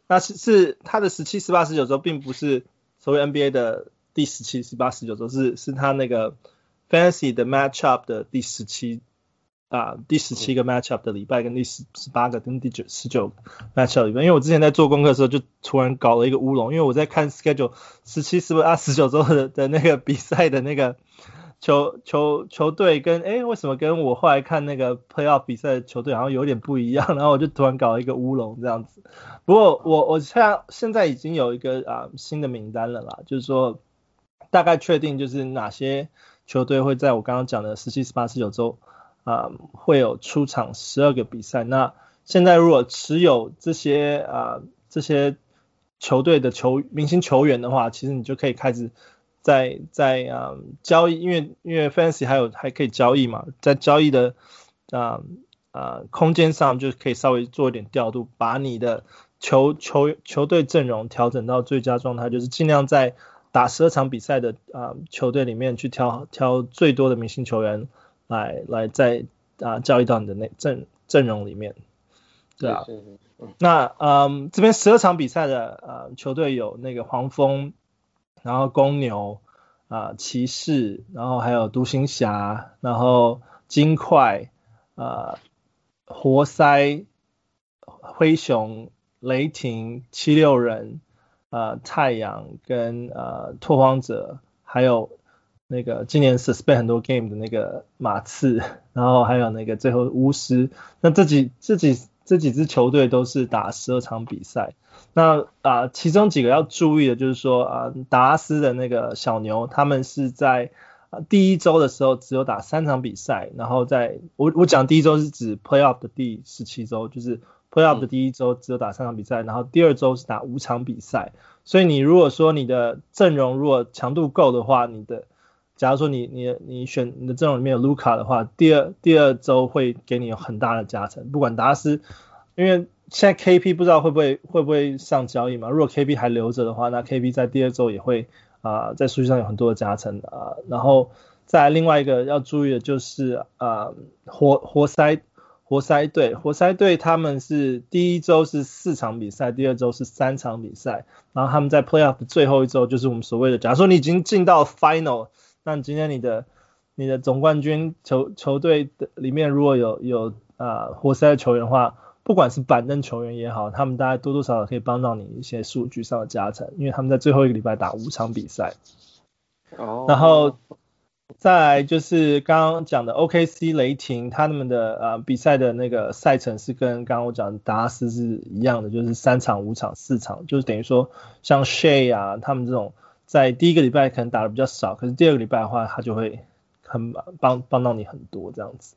那是是他的十七、十八、十九周，并不是所谓 N B A 的第十七、十八、十九周，是是他那个 Fantasy 的 Matchup 的第十七啊，第十七个 Matchup 的礼拜跟第十十八个跟第九十九个 Matchup 礼拜。因为我之前在做功课的时候，就突然搞了一个乌龙，因为我在看 schedule 十七、十八、十九周的的那个比赛的那个。球球球队跟诶为什么跟我后来看那个 playoff 比赛的球队好像有点不一样，然后我就突然搞了一个乌龙这样子。不过我我现在现在已经有一个啊、呃、新的名单了啦，就是说大概确定就是哪些球队会在我刚刚讲的十七、十八、十九周啊、呃、会有出场十二个比赛。那现在如果持有这些啊、呃、这些球队的球明星球员的话，其实你就可以开始。在在啊、嗯、交易，因为因为 Fantasy 还有还可以交易嘛，在交易的啊啊、呃、空间上就可以稍微做一点调度，把你的球球球队阵容调整到最佳状态，就是尽量在打十二场比赛的啊、呃、球队里面去挑挑最多的明星球员来来在啊、呃、交易到你的那阵阵容里面，对啊，那嗯这边十二场比赛的呃球队有那个黄蜂。然后公牛啊、呃、骑士，然后还有独行侠，然后金块啊、呃、活塞、灰熊、雷霆、七六人呃太阳跟呃拓荒者，还有那个今年 suspend 很多 game 的那个马刺，然后还有那个最后巫师。那这几这几这几支球队都是打十二场比赛。那啊、呃，其中几个要注意的就是说啊、呃，达拉斯的那个小牛，他们是在、呃、第一周的时候只有打三场比赛，然后在我我讲第一周是指 Playoff 的第十七周，就是 Playoff 的第一周只有打三场比赛，然后第二周是打五场比赛。所以你如果说你的阵容如果强度够的话，你的假如说你你你选你的阵容里面有卢卡的话，第二第二周会给你有很大的加成，不管达拉斯，因为现在 K P 不知道会不会会不会上交易嘛？如果 K P 还留着的话，那 K P 在第二周也会啊、呃、在数据上有很多的加成啊、呃。然后再来另外一个要注意的就是啊、呃、活活塞活塞队活塞队他们是第一周是四场比赛，第二周是三场比赛，然后他们在 Playoff 的最后一周就是我们所谓的，假如说你已经进到 Final， 那你今天你的你的总冠军球球队的里面如果有有啊、呃、活塞的球员的话。不管是板凳球员也好，他们大概多多少少可以帮到你一些数据上的加成，因为他们在最后一个礼拜打五场比赛。哦。然后再来就是刚刚讲的 O K C 雷霆，他们的呃比赛的那个赛程是跟刚刚我讲的达拉斯是一样的，就是三场、五场、四场，就是等于说像 Shea 啊，他们这种在第一个礼拜可能打的比较少，可是第二个礼拜的话，他就会很帮帮到你很多这样子。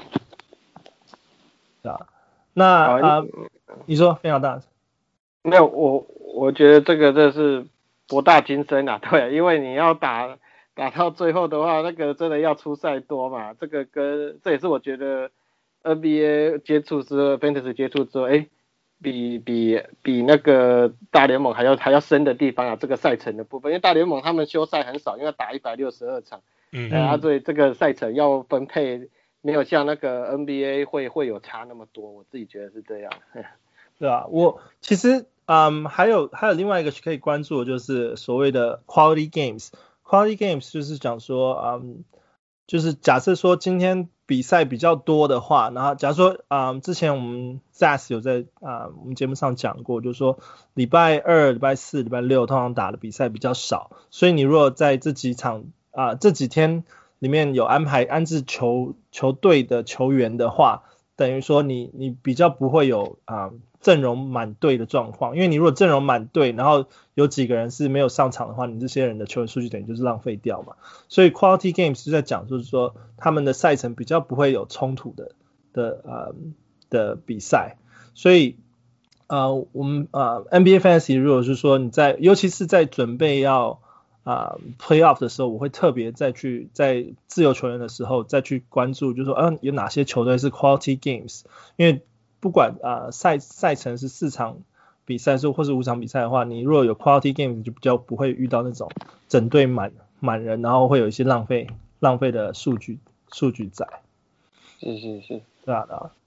对啊。那啊、呃，你说非常大。 没有，我我觉得这个真是博大精深啊，对，因为你要打打到最后的话，那个真的要出赛多嘛，这个跟这也是我觉得 N B A 接触之后 ，Fantasy 接触之后，哎，比比比那个大联盟还要还要深的地方啊，这个赛程的部分，因为大联盟他们休赛很少，因为打一百六十二场，嗯，啊，所以这个赛程要分配。没有像那个 N B A 会会有差那么多，我自己觉得是这样。 对啊，我其实嗯还有还有另外一个可以关注的就是所谓的 quality games。quality games 就是讲说嗯就是假设说今天比赛比较多的话，然后假如说嗯之前我们 Zas 有在啊、嗯、我们节目上讲过，就是说礼拜二、礼拜四、礼拜六通常打的比赛比较少，所以你如果在这几场啊、呃、这几天里面有安排安置球球队的球员的话，等于说你你比较不会有啊、呃、阵容满队的状况，因为你如果阵容满队，然后有几个人是没有上场的话，你这些人的球员数据等于就是浪费掉嘛。所以 quality games 是在讲就是说他们的赛程比较不会有冲突的的呃的比赛，所以呃我们呃 N B A Fantasy 如果是说你在尤其是在准备要啊、呃、，playoff 的时候，我会特别再去在自由球员的时候再去关注，就是说，嗯、啊，有哪些球队是 quality games？ 因为不管啊赛赛程是四场比赛，或是五场比赛的话，你如果有 quality games， 就比较不会遇到那种整队满满人，然后会有一些浪费浪费的数据数据在。 是是是， 对啊对啊。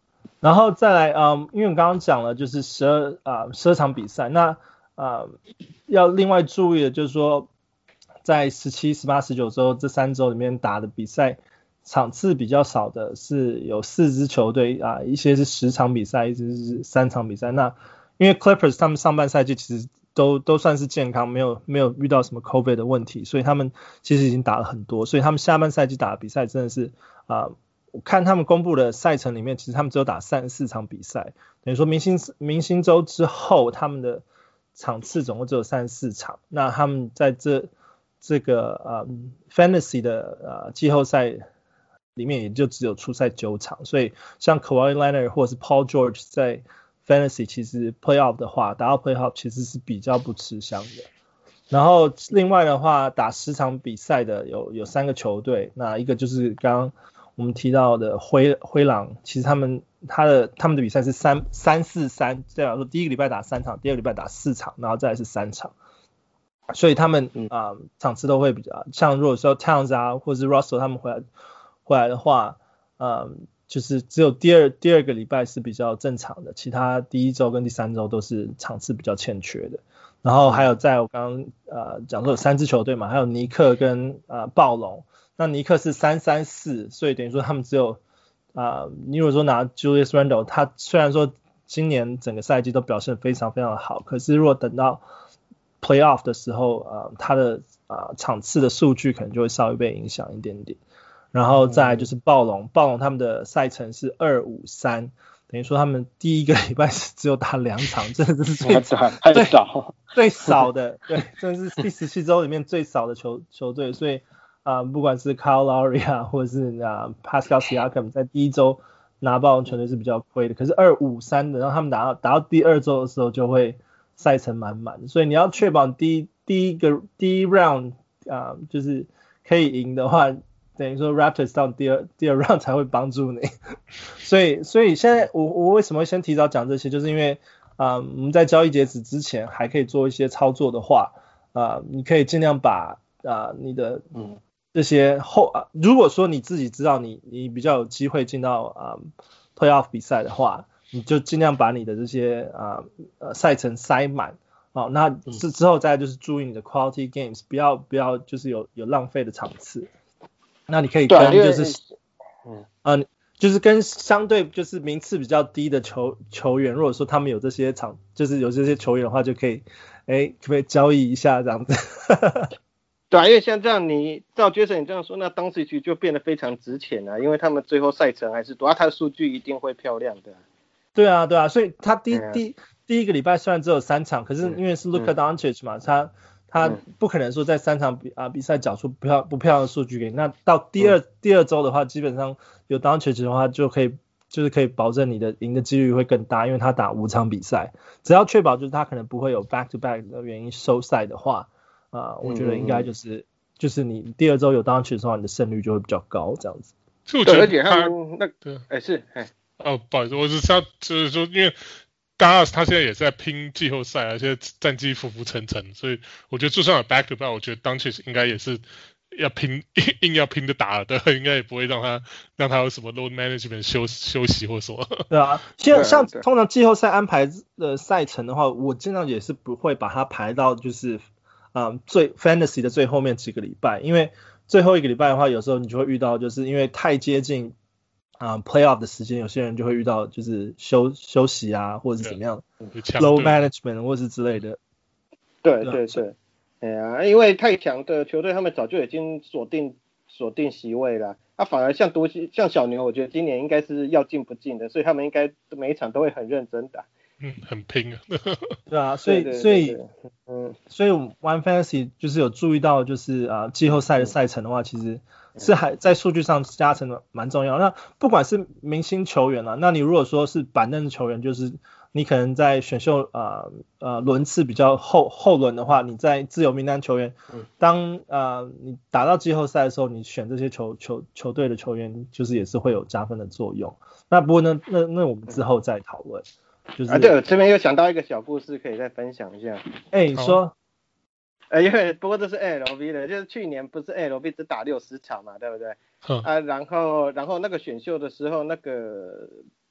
然后再来，嗯，因为我刚刚讲了，就是十二啊十二场比赛，那啊要另外注意的就是说，在十七、十八、十九周这三周里面打的比赛场次比较少的是有四支球队啊，一些是十场比赛，一些是三场比赛。那因为 Clippers 他们上半赛季其实都都算是健康，没有没有遇到什么 COVID 的问题，所以他们其实已经打了很多，所以他们下半赛季打的比赛真的是啊，我看他们公布的赛程里面，其实他们只有打三十四场比赛，等于说明星明星周之后，他们的场次总共只有三十四场，那他们在这这个呃 Fantasy 的呃季后赛里面也就只有出赛九场，所以像 Kawhi Leonard 或者是 Paul George 在Fantasy 其实 Playoff 的话，打到 Playoff 其实是比较不吃香的。然后另外的话，打十场比赛的有有三个球队，那一个就是刚刚我们提到的灰灰狼，其实他们他的他们的比赛是三三四三，这样说第一个礼拜打三场，第二个礼拜打四场，然后再来是三场，所以他们啊、呃、场次都会比较像如果说 Towns 啊或者是 Russell 他们回来回来的话，呃就是只有第二第二个礼拜是比较正常的，其他第一周跟第三周都是场次比较欠缺的。然后还有在我刚刚呃讲说有三支球队嘛，还有尼克跟呃暴龙。那尼克是三三四，所以等于说他们只有啊、呃，你如果说拿 Julius Randle， 他虽然说今年整个赛季都表现非常非常的好，可是如果等到 Playoff 的时候，呃，他的啊、呃、场次的数据可能就会稍微被影响一点点。然后再来就是暴龙，暴龙他们的赛程是二五三，等于说他们第一个礼拜是只有打两场，真的是最少最少最少的，对，真的是第十七周里面最少的球球队，所以啊、呃，不管是 Kyle Lowry 啊，或者是啊、呃、Pascal Siakam 在第一周拿暴龙球队是比较亏的，可是二五三的，然后他们打到打到第二周的时候就会赛程满满，所以你要确保第一第一个第一 round 啊、呃、就是可以赢的话。等于说 Raptors 到第二第二 round 才会帮助你，所以所以现在我我为什么会先提早讲这些，就是因为啊、呃、我们在交易截止之前还可以做一些操作的话，啊、呃、你可以尽量把啊、呃、你的嗯这些后啊、呃、如果说你自己知道你你比较有机会进到啊、呃、playoff 比赛的话，你就尽量把你的这些啊 呃, 呃赛程塞满。好，那之之后再就是注意你的 quality games， 不要不要就是有有浪费的场次。那你可以跟就是，嗯、呃，就是跟相对就是名次比较低的球球员，如果说他们有这些场，就是有这些球员的话，就可以，哎，可不可以交易一下这样子？ 对啊，因为像这样你照 Jason 你这样说，那当时局就变得非常值钱了，因为他们最后赛程还是多，啊，他的数据一定会漂亮的。 对啊，对啊，所以他第、嗯、第第一个礼拜虽然只有三场，可是因为是 Luka Doncic 嘛，他。他不可能说在三场比啊比赛缴出不漂不漂亮的数据给你，那到第二、嗯、第二周的话，基本上有 Doncic 的话就可以就是可以保证你的赢的几率会更大，因为他打五场比赛，只要确保就是他可能不会有 back to back 的原因收赛的话，啊、呃，我觉得应该就是、嗯、就是你第二周有 Doncic 的话，你的胜率就会比较高这样子。 就我觉得他那个哎是哎哦不好意思，我是想就是说因为。Dallas 他现在也在拼季后赛，而且战绩浮浮沉沉，所以我觉得就算有 back to back， 我觉得 Doncic 应该也是要拼硬要拼着打的，应该也不会让他让他有什么 load management 休休息或什么。 对啊，像像通常季后赛安排的赛程的话，我尽量也是不会把它排到就是啊、嗯、最 fantasy 的最后面几个礼拜，因为最后一个礼拜的话，有时候你就会遇到就是因为太接近。啊、um, ，playoff 的时间，有些人就会遇到就是休休息啊，或者是怎么样 ，low management 或是之类的。 对对对，哎呀，因为太强的球队，他们早就已经锁定锁定席位了。啊，反而像独行像小牛，我觉得今年应该是要进不进的，所以他们应该每一场都会很认真打。 嗯，很拼啊。 对啊，所以对对对对所以嗯，所以玩 fantasy 就是有注意到，就是啊季后赛的赛程的话，其实。是还在数据上加成的蛮重要。那不管是明星球员啊，那你如果说是板凳球员，就是你可能在选秀呃呃轮次比较后后轮的话，你在自由名单球员，当呃你打到季后赛的时候，你选这些球球球队的球员，就是也是会有加分的作用。那不过呢，那那我们之后再讨论。就是啊，对，我这边又想到一个小故事，可以再分享一下。 哎，你说。 呃，因为不过这是 L V 的，就是去年不是 L V 只打六十场嘛，对不对？啊，然后然后那个选秀的时候，那个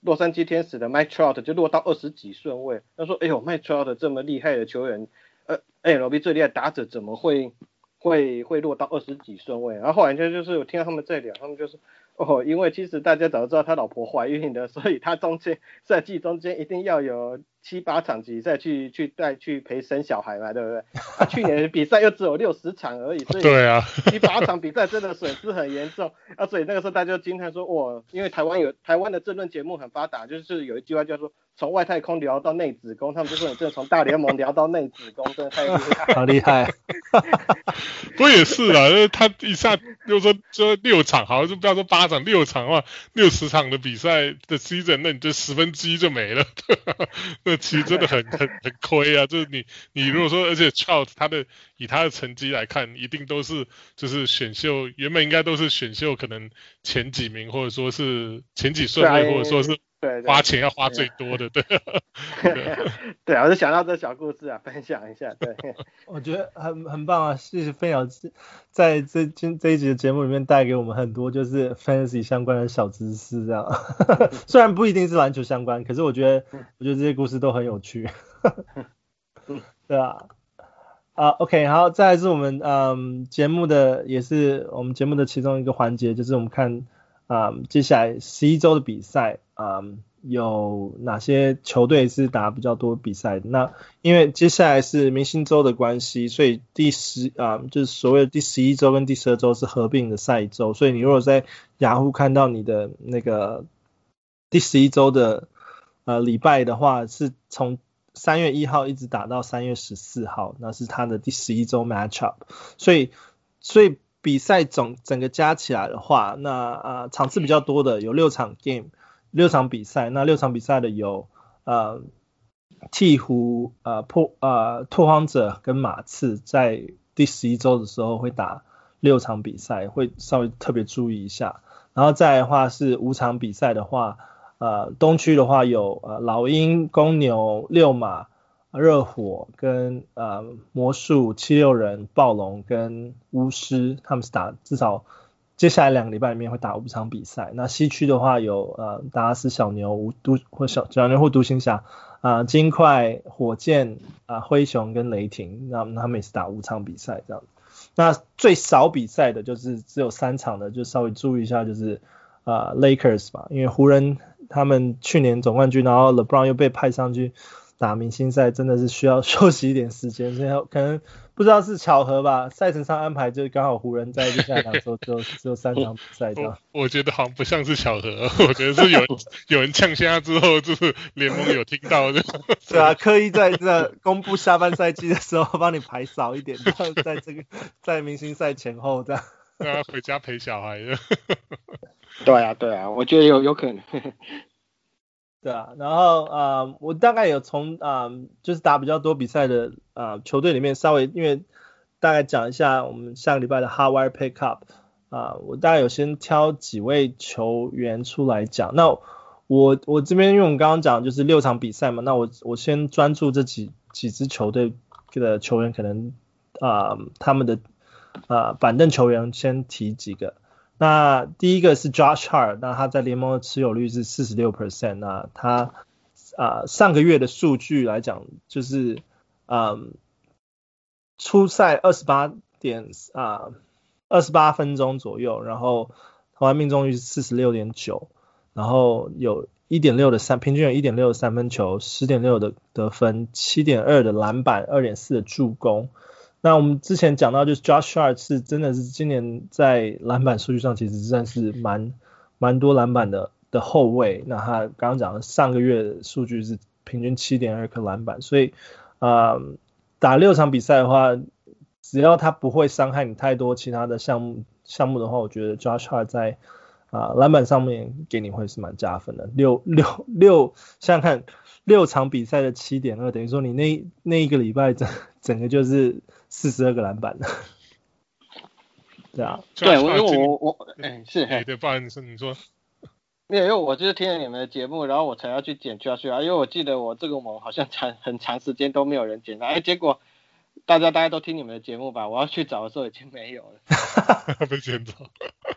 洛杉矶天使的 Mike Trout 就落到二十几顺位，他说哎呦 Mike Trout 这么厉害的球员，呃 M L B 最厉害的打者怎么会会会落到二十几顺位？然后后来就就是我听到他们在聊，他们就是哦，因为其实大家早就知道他老婆怀孕的，所以他中间赛季中间一定要有七八场比赛去去带去陪生小孩嘛，对不对？啊，去年的比赛又只有六十场而已，所以对啊， 七八场比赛真的损失很严重啊，所以那个时候大家就惊叹说，哇，因为台湾有台湾的政论节目很发达，就是有一句话叫做从外太空聊到内子宫，他们就说你真的从大联盟聊到内子宫，真的太厉害， 好厉害。 不也是啊，就是他一下就说就六场，好像就不要说八场，六场的话，六十场的比赛的 season， 那你就十分之一就没了，那其实真的很很很亏啊。就是你你如果说，而且 Trout 他的以他的成绩来看，一定都是就是选秀原本应该都是选秀可能前几名，或者说是前几顺位，或者说是花钱要花最多的，对。 对啊，我就想到这小故事啊，分享一下。对， 我觉得很很棒啊，谢谢飞鸟在这今这一集的节目里面带给我们很多就是 fantasy 相关的小知识，这样虽然不一定是篮球相关，可是我觉得我觉得这些故事都很有趣。对啊，啊、uh, OK， 好，再来是我们嗯节目的也是我们节目的其中一个环节，就是我们看嗯接下来十一周的比赛，嗯有哪些球队是打比较多比赛的？那因为接下来是明星周的关系，所以第十啊、嗯、就是所谓的第十一周跟第十二周是合并的赛周，所以你如果在雅虎看到你的那个第十一周的呃礼拜的话，是从三月一号一直打到三月十四号，那是他的第十一周 matchup， 所以所以比赛总整个加起来的话，那呃场次比较多的有六场 game。六场比赛，那六场比赛的有呃鹈鹕、呃破呃拓荒者跟马刺，在第十一周的时候会打六场比赛，会稍微特别注意一下。然后再来的话是五场比赛的话，呃东区的话有呃老鹰、公牛、溜马、热火跟呃魔术、七六人、暴龙跟巫师，他们是打至少。接下来两个礼拜里面会打五场比赛。那西区的话有呃达拉斯小牛、独或小小牛或独行侠啊、呃、金块、火箭啊、呃、灰熊跟雷霆，那他们也是打五场比赛这样。那最少比赛的就是只有三场的，就稍微注意一下，就是呃 Lakers 吧，因为湖人他们去年总冠军，然后 LeBron 又被派上去打明星赛，真的是需要休息一点时间，所以可能不知道是巧合吧，赛程上安排就刚好湖人在接下来两周只有只有三场比赛这样。 我, 我觉得好像不像是巧合，我觉得是有人有人呛下之后，就是联盟有听到的。 对啊，刻意在这公布下半赛季的时候帮你排少一点，在这个在明星赛前后这样。 对啊，回家陪小孩的。 对啊，对啊，我觉得有有可能。 对啊，然后呃，我大概有从啊、呃，就是打比较多比赛的啊、呃、球队里面稍微，因为大概讲一下我们下个礼拜的 Hardwire Pickup 啊、呃，我大概有先挑几位球员出来讲。那我我这边因为我们刚刚讲就是六场比赛嘛，那我我先专注这几几支球队的球员，可能啊、呃、他们的啊、呃、板凳球员先提几个。那第一个是 Josh Hart， 那他在联盟的持有率是 百分之四十六， 那他啊、呃、上个月的数据来讲就是嗯出赛二十八点啊二十八分钟左右，然后投篮命中率是 四十六点九， 然后有 一点六 的三平均有 一点六 的三分球， 十点六 的得分， 七点二 的篮板， 二点四 的助攻。那我们之前讲到就是 Josh Hart 是真的是今年在篮板数据上其实算是蛮蛮多篮板的的后卫，那他刚刚讲的上个月的数据是平均 七点二 颗篮板，所以呃打六场比赛的话，只要他不会伤害你太多其他的项目项目的话，我觉得 Josh Hart 在啊、呃、篮板上面给你会是蛮加分的。六六六想想看，六场比赛的 七点二 等于说你那那一个礼拜整整个就是四十二个篮板。对啊， 对，我因为我我哎是哎对，不然是你说。 没有，因为我就是听了你们的节目，然后我才要去剪 Josh Hart，因为我记得我这个盟好像长很长时间都没有人剪了，哎，结果大家大家都听你们的节目吧，我要去找的时候已经没有了。 被剪走。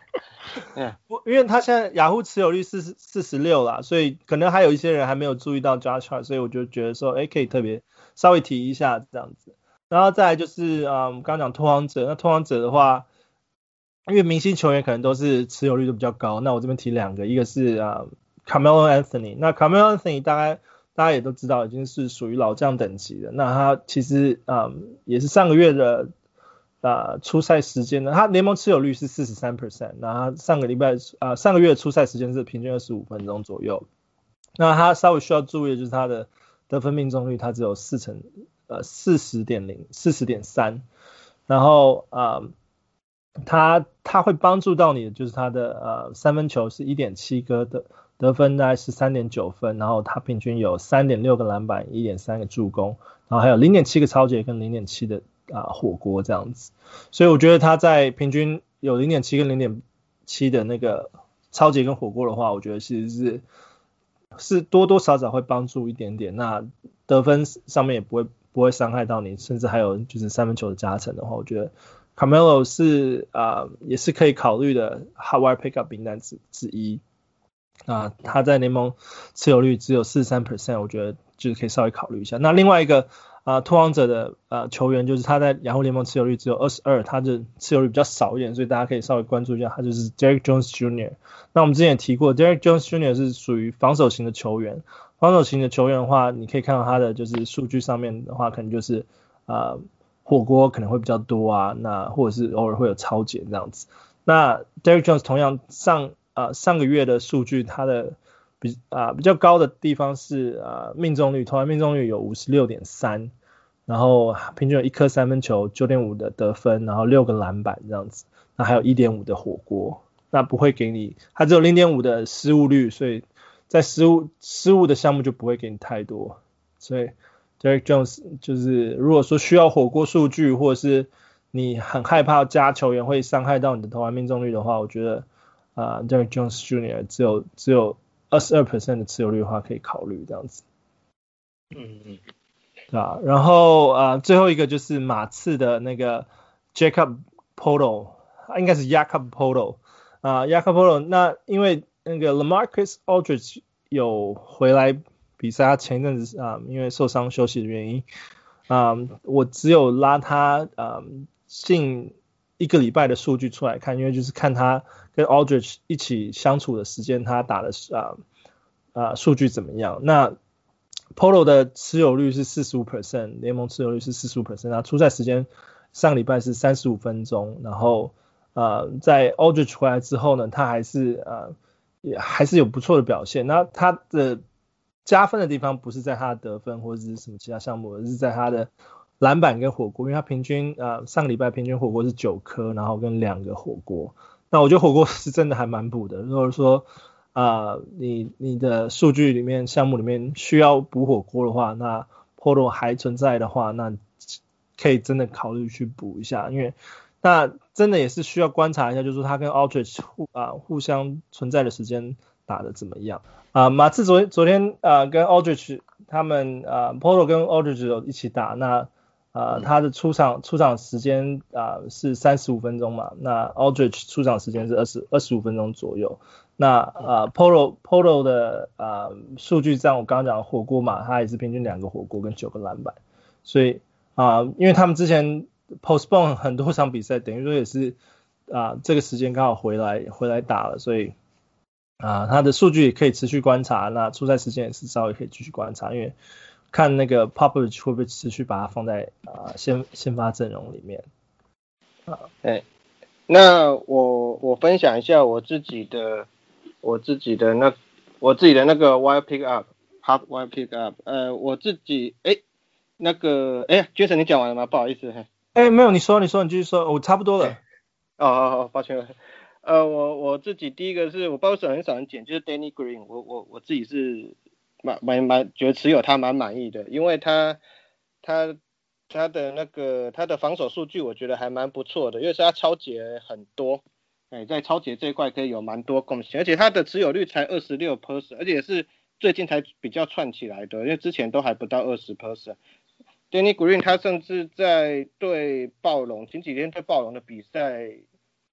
嗯， 因为他现在雅虎持有率是四十六啦，所以可能还有一些人还没有注意到 Josh Hart，所以我就觉得说，哎，可以特别稍微提一下这样子。然后再来就是啊，我们刚刚讲拓荒者，那拓荒者的话，因为明星球员可能都是持有率都比较高，那我这边提两个，一个是啊 Carmelo Anthony，那 Carmelo Anthony 大概大家也都知道已经是属于老将等级的，那他其实啊也是上个月的啊出赛时间呢，他联盟持有率是 百分之四十三， 那他上个礼拜啊上个月的出赛时间是平均二十五分钟左右，那他稍微需要注意的就是他的得分命中率，他只有四成呃四十点零 四十点三，然后啊他他会帮助到你的就是他的呃三分球是 一点七 个的得分大概是 三点九 分，然后他平均有 三点六 个篮板 一点三 个助攻，然后还有 零点七 个抄截跟 零点七 的啊、呃、火锅这样子，所以我觉得他在平均有 零点七 跟 零点七 的那个抄截跟火锅的话，我觉得其实是是多多少少会帮助一点点，那得分上面也不会不会伤害到你，甚至还有就是三分球的加成的话，我觉得Carmelo 是啊、呃、也是可以考虑的 hot wire pickup 名单之之一啊、呃，他在联盟持有率只有 百分之四十三， 我觉得就是可以稍微考虑一下。那另外一个啊、呃、拓荒者的呃球员就是他在雅虎联盟持有率只有二十二，他的持有率比较少一点，所以大家可以稍微关注一下，他就是 Derrick Jones Junior 那我们之前也提过 Derrick Jones Junior 是属于防守型的球员，防守型的球员的话，你可以看到他的就是数据上面的话，可能就是啊。呃火锅可能会比较多啊，那或者是偶尔会有超解这样子。那 Derrick Jones 同样上啊、呃、上个月的数据，他的比啊、呃、比较高的地方是啊、呃、命中率，投篮命中率有 五十六点三， 然后平均有一颗三分球 九点五 的得分，然后六个篮板这样子，那还有 一点五 的火锅，那不会给你，他只有 零点五 的失误率，所以在失误失误的项目就不会给你太多，所以Derrick Jones 就是如果说需要火锅数据，或者是你很害怕加球员会伤害到你的投篮命中率的话，我觉得啊、呃、Derrick Jones Junior 只有只有 百分之二十二 的持有率的话可以考虑这样子。 嗯嗯， 对啊，然后啊、呃、最后一个就是马刺的那个 Jakob Poeltl， 应该是 Jakob Poeltl 啊、呃、Jakob Poeltl， 那因为那个 LaMarcus Aldridge 有回来比赛，他前一阵子啊、呃、因为受伤休息的原因啊、呃、我只有拉他啊、呃、近一个礼拜的数据出来看，因为就是看他跟 Aldridge 一起相处的时间，他打的啊啊数据怎么样。那 Poeltl 的持有率是 百分之四十五， 联盟持有率是 百分之四十五， 那出赛时间上礼拜是三十五分钟，然后呃在 Aldridge 回来之后呢，他还是呃也还是有不错的表现。那他的加分的地方不是在他的得分或者是什么其他项目，而是在他的篮板跟火锅，因为他平均呃上个礼拜平均火锅是九颗，然后跟两个火锅。那我觉得火锅是真的还蛮补的。如果说啊、呃，你你的数据里面项目里面需要补火锅的话，那 Poeltl 还存在的话，那可以真的考虑去补一下，因为那真的也是需要观察一下，就是说他跟 Aldridge 互啊、呃、互相存在的时间打得怎么样啊、呃？马刺昨天昨天啊、呃、跟 Aldridge 他们啊、呃、Poeltl 跟 Aldridge 有一起打，那啊、呃、他的出场出场时间啊、呃、是三十五分钟嘛，那 Aldridge 出场时间是二十二十五分钟左右。那呃 Poeltl Poeltl 的呃数据像我刚刚讲的火锅嘛，他也是平均两个火锅跟九个篮板，所以啊、呃、因为他们之前 postpone 很多场比赛，等于说也是啊、呃、这个时间刚好回来回来打了，所以啊、呃、他的数据也可以持续观察，那出赛时间也是稍微可以继续观察，因为看那个 Popovich 会不会持续把它放在啊、呃、先先发阵容里面啊。哎，那我我分享一下我自己的。我自己的那我自己的那个 wire pick up hot wire pick up 呃我自己哎那个哎 Jason 你讲完了吗？不好意思。 哎没有，你说你说你继续说，我差不多了。 哦哦哦抱歉。呃我我自己第一个是我不知道为什么很少人捡，就是 Danny Green， 我我我自己是蛮蛮蛮觉得持有他蛮满意的，因为他他他的那个他的防守数据我觉得还蛮不错的，因为是他抄截很多。哎，在抄截这一块可以有蛮多贡献，而且他的持有率才 百分之二十六， 而且是最近才比较窜起来的，因为之前都还不到 百分之二十。Danny Green 他甚至在对暴龙前几天对暴龙的比赛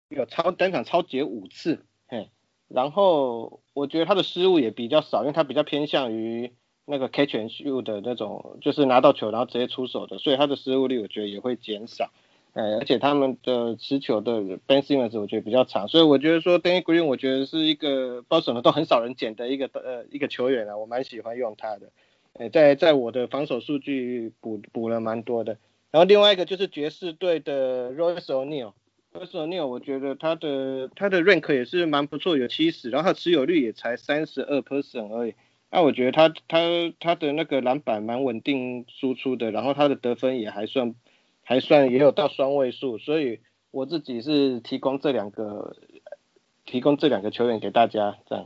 有超单场超节五次，嘿，然后我觉得他的失误也比较少，因为他比较偏向于那个 catch and shoot 的那种，就是拿到球然后直接出手的，所以他的失误率我觉得也会减少。呃，而且他们的持球的 Ben Simmons 我觉得比较长，所以我觉得说 Danny Green 我觉得是一个保守的都很少人捡的一个呃一个球员啊，我蛮喜欢用他的，呃，在在我的防守数据补补了蛮多的。然后另外一个就是爵士队的 Royce O'Neal。Royce O'Neal 我觉得他的他的 rank 也是蛮不错，有七十，然后他持有率也才 百分之三十二 而已。那我觉得他他他的那个篮板蛮稳定输出的，然后他的得分也还算还算也有到双位数，所以我自己是提供这两个提供这两个球员给大家这样。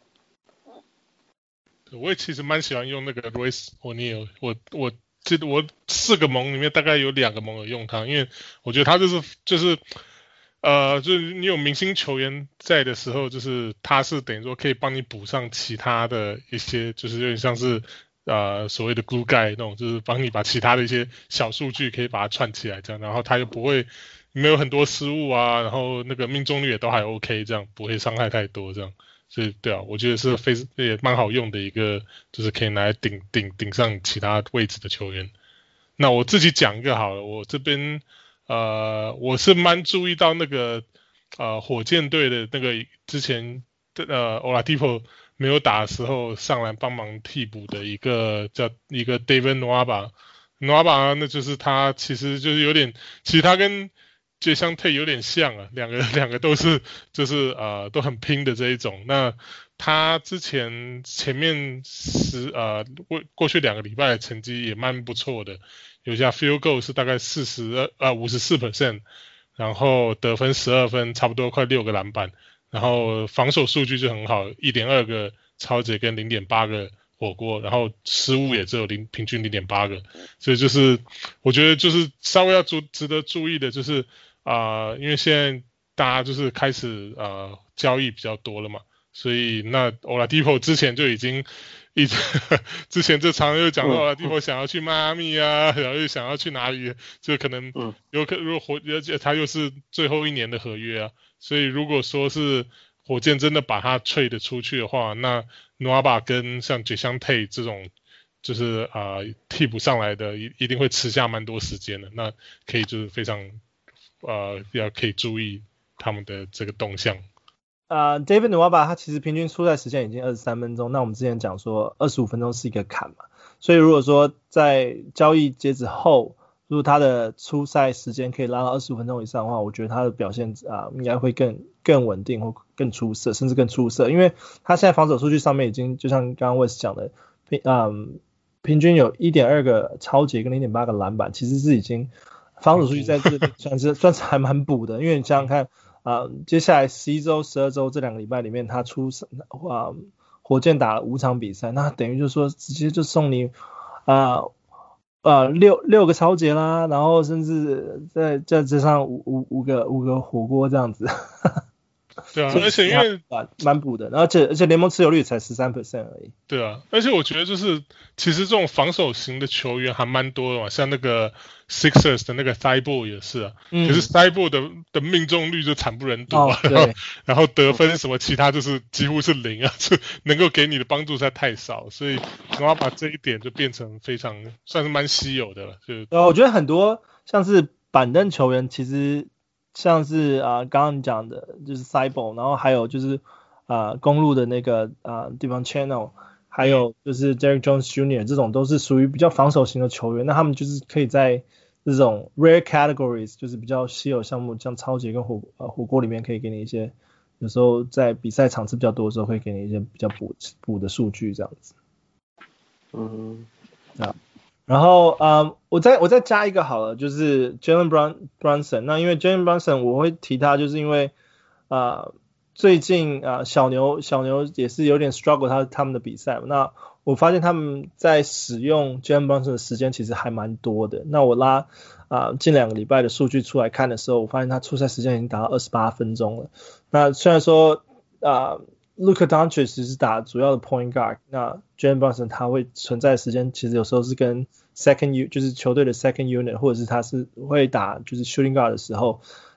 我也其实蛮喜欢用那个 Royce O'Neal， 我我记得我四个盟里面大概有两个盟有用他，因为我觉得他就是就是呃就是你有明星球员在的时候，就是他是等于说可以帮你补上其他的一些，就是有点像是呃所谓的 glue guy 那种，就是帮你把其他的一些小数据可以把它串起来这样，然后他又不会没有很多失误啊，然后那个命中率也都还 OK， 这样不会伤害太多这样。所以对啊，我觉得是非也蛮好用的一个，就是可以拿来顶顶顶上其他位置的球员。那我自己讲一个好了，我这边呃我是蛮注意到那个呃火箭队的那个之前呃 Oladipo 没有打的时候上来帮忙替补的一个叫一个 David Nwaba。Nwaba 那就是他其实就是有点，其实他跟就相对有点像啊，两个两个都是就是呃都很拼的这一种。那他之前前面十呃过过去两个礼拜的成绩也蛮不错的，有下 field goal 是大概四十呃五十四 percent， 然后得分十二分，差不多快六个篮板，然后防守数据就很好，一点二个抄截跟零点八个火锅，然后失误也只有零平均零点八个，所以就是我觉得就是稍微要注值得注意的就是啊、呃，因为现在大家就是开始呃交易比较多了嘛，所以那 Oladipo 之前就已经一直之前就常常又讲到 Oladipo 想要去迈阿密啊，然后又想要去哪里，就可能有可如果火而且他又是最后一年的合约啊，所以如果说是火箭真的把他 trade 出去的话，那 Nwaba 跟像 Jason Tate 这种就是啊、呃、替补上来的一一定会吃下蛮多时间的，那可以就是非常呃要可以注意他们的这个动向。 呃 David Nwaba 他其实平均出赛时间已经二十三分钟，那我们之前讲说二十五分钟是一个坎嘛，所以如果说在交易截止后，如果他的出赛时间可以拉到二十五分钟以上的话，我觉得他的表现啊、呃、应该会更更稳定或更出色，甚至更出色，因为他现在防守数据上面已经就像刚刚 Wes 讲的，平嗯平均有 一点二个抄截跟 零点八个篮板，其实是已经防守数据在这里算是算是还蛮补的，因为你想想看啊、呃，接下来十一周、十二周这两个礼拜里面，他出啊、呃、火箭打了五场比赛，那等于就是说直接就送你啊。呃呃，六六个抄截啦，然后甚至再再加上五五五个五个火锅这样子。 对啊，而且因为蛮补的，而且而且联盟持有率才 百分之十三 而已。 对啊，而且我觉得就是其实这种防守型的球员还蛮多的嘛，像那个 Sixers 的那个 Thibault 也是啊，嗯、可是 Thibault 的的命中率就惨不忍睹啊，哦、然后然后得分什么其他就是几乎是零啊，就能够给你的帮助实在太少，所以我要把这一点就变成非常算是蛮稀有的了。就呃，我觉得很多像是板凳球员其实。像是啊，呃、刚刚你讲的就是 Thibault， 然后还有就是啊、呃、公路的那个啊、呃、地方 Channel， 还有就是 Derrick Jones Junior 这种都是属于比较防守型的球员，那他们就是可以在这种 rare categories， 就是比较稀有项目，像超级跟火呃火锅里面可以给你一些，有时候在比赛场次比较多的时候会给你一些比较补补的数据这样子。嗯，啊。然后呃，我再我再加一个好了，就是 Jalen Brunson。那因为 Jalen Brunson 我会提他，就是因为呃最近啊、呃、小牛小牛也是有点 struggle 他他们的比赛，那我发现他们在使用 Jalen Brunson 的时间其实还蛮多的。那我拉啊、呃、近两个礼拜的数据出来看的时候，我发现他出赛时间已经达到二十八分钟了。那虽然说啊。呃Luka Doncic 是打主要的 point guard， 那 Jalen Brunson 他会存在的时间其实有时候是跟 second unit 就是球队的 second unit， 或者是他是会打就是 shooting guard 的时候，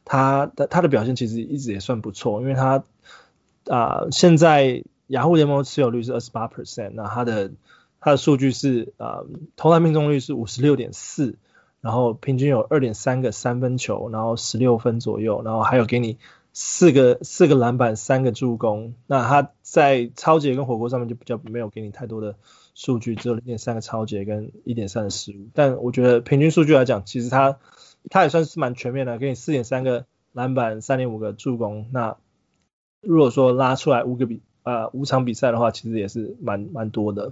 他的他的表现其实一直也算不错，因为他啊、呃、现在雅虎联盟持有率是 百分之二十八， 那他的他的数据是啊、呃、投篮命中率是 五十六点四， 然后平均有 二点三 个三分球，然后十六分左右，然后还有给你四个四个篮板三个助攻。那他在抄截跟火锅上面就比较没有给你太多的数据，只有 零点三 个抄截跟 一点三 的失误，但我觉得平均数据来讲其实他他也算是蛮全面的，给你 四点三 个篮板 三点五 个助攻。那如果说拉出来五个比呃五场比赛的话，其实也是蛮蛮多的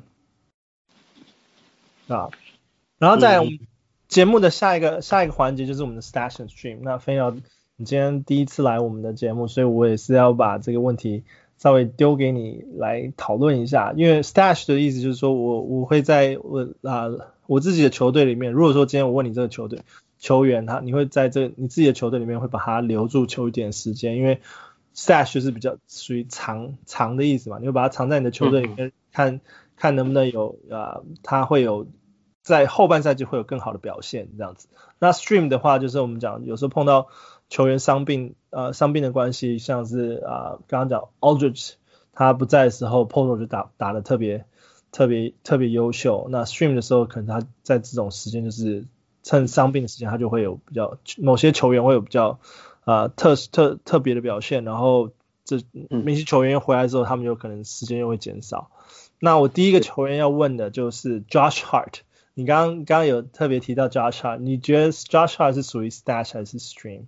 啊。然后在我们节目的下一个下一个环节就是我们的 Stash and Stream。那飞鸟你今天第一次来我们的节目，所以我也是要把这个问题稍微丢给你来讨论一下。因为 Stash 的意思就是说我我会在我啊、呃、我自己的球队里面，如果说今天我问你这个球队球员他你会在这你自己的球队里面会把他留住久一点时间，因为 Stash 就是比较属于藏藏的意思嘛，你会把它藏在你的球队里面，看看能不能有啊、呃、他会有在后半赛季会有更好的表现这样子。那 Stream 的话就是我们讲有时候碰到球员伤病呃伤病的关系，像是啊、呃、刚刚讲 Aldridge 他不在的时候 Polo 就打打得特别特别特别优秀，那 Stream 的时候可能他在这种时间就是趁伤病的时间他就会有比较某些球员会有比较啊、呃、特特特别的表现，然后这明星球员回来之后他们有可能时间又会减少。那我第一个球员要问的就是 Josh Hart，你刚刚刚刚有特别提到 Josh Hart， 你觉得 Josh Hart 是属于 Stash 还是 Stream？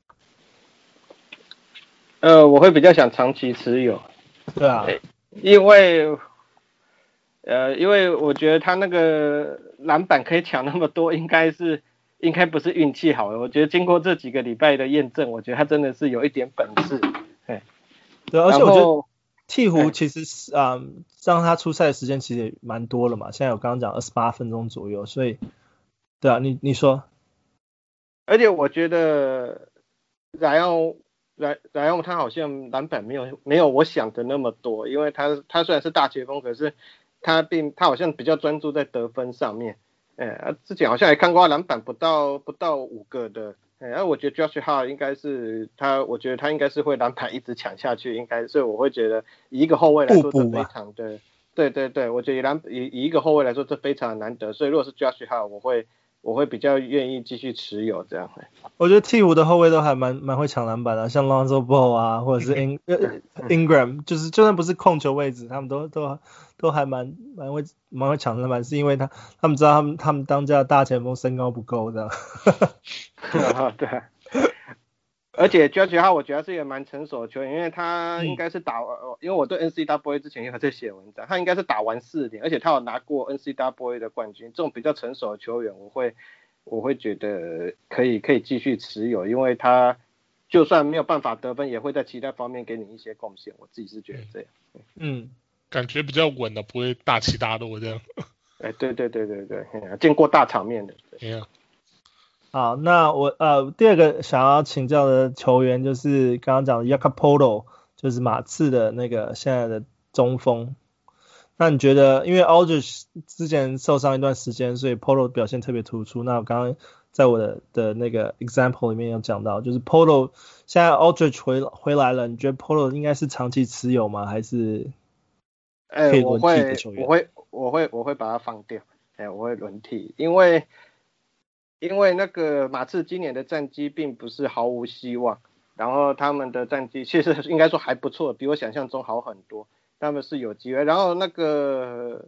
呃，我会比较想长期持有。 对啊， 因为呃，因为我觉得他那个篮板可以抢那么多，应该是应该不是运气好的。我觉得经过这几个礼拜的验证，我觉得他真的是有一点本事。对， 对，而且我觉得鹈鹕其实啊、嗯，让他出赛的时间其实也蛮多了嘛，现在有刚刚讲二十八分钟左右，所以对啊，你你说， 而且我觉得然后然然后他好像篮板没有没有我想的那么多，因为他他虽然是大前锋，可是他并他好像比较专注在得分上面。哎，之前好像也看过他篮板不到不到五个的。哎，然后我觉得 Josh Hart 应该是他，我觉得他应该是会篮板一直抢下去，应该，所以我会觉得以一个后卫来说，这非常的，对对对，我觉得以篮以以一个后卫来说，这非常难得，所以如果是 Josh Hart， 我会我会比较愿意继续持有这样。 我觉得鹈鹕的后卫都还蛮蛮会抢篮板的，像 Lonzo Ball 啊，或者是 In, Ingram， 就是就算不是控球位置，他们都都都还蛮蛮会蛮会抢篮板，是因为他他们知道他们他们当家的大前锋身高不够这样。 对，而且 Josh Hart 我觉得是一个蛮成熟的球员，因为他应该是打，嗯、因为我对 N C double A 之前也有在写文章，他应该是打完四年，而且他有拿过 N C double A 的冠军，这种比较成熟的球员，我会我会觉得可以可以继续持有，因为他就算没有办法得分，也会在其他方面给你一些贡献，我自己是觉得这样。 嗯，感觉比较稳的，不会大起大落这样。 哎，对对对对对，见过大场面的。 对呀。 好，那我呃第二个想要请教的球员就是刚刚讲的 Jakob Poeltl， 就是马刺的那个现在的中锋。那你觉得，因为 Aldridge 之前受伤一段时间，所以 Poeltl 表现特别突出。那我刚刚在我的的那个 example 里面有讲到，就是 Poeltl 现在 Aldridge 回回来了，你觉得 Poeltl 应该是长期持有吗？还是可以轮替的球员？ 我会我会我会我会把它放掉，哎，我会轮替，因为。因为那个马刺今年的战绩并不是毫无希望，然后他们的战绩其实应该说还不错，比我想象中好很多，他们是有机会。然后那个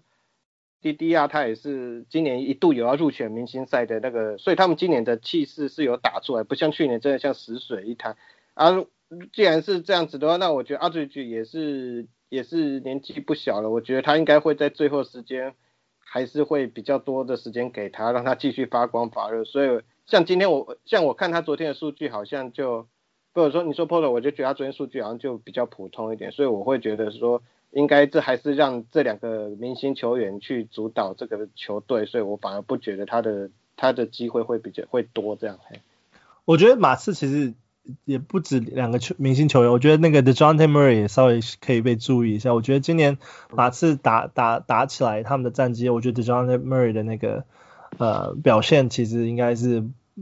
D D R 他也是今年一度有要入选明星赛的那个，所以他们今年的气势是有打出来，不像去年真的像死水一潭。啊，既然是这样子的话，那我觉得阿瑞吉也是也是年纪不小了，我觉得他应该会在最后时间。还是会比较多的时间给他，让他继续发光发热。所以像今天我像我看他昨天的数据，好像就或者说你说 Poeltl， 我就觉得他昨天数据好像就比较普通一点，所以我会觉得说，应该这还是让这两个明星球员去主导这个球队，所以我反而不觉得他的他的机会会比较会多这样。 我觉得马刺其实。也不止两个球明星球员，我觉得那个 DeJounte Murray 也稍微可以被注意一下。我觉得今年马刺打打打起来，他们的战绩，我觉得 DeJounte Murray 的那个呃表现其实应该是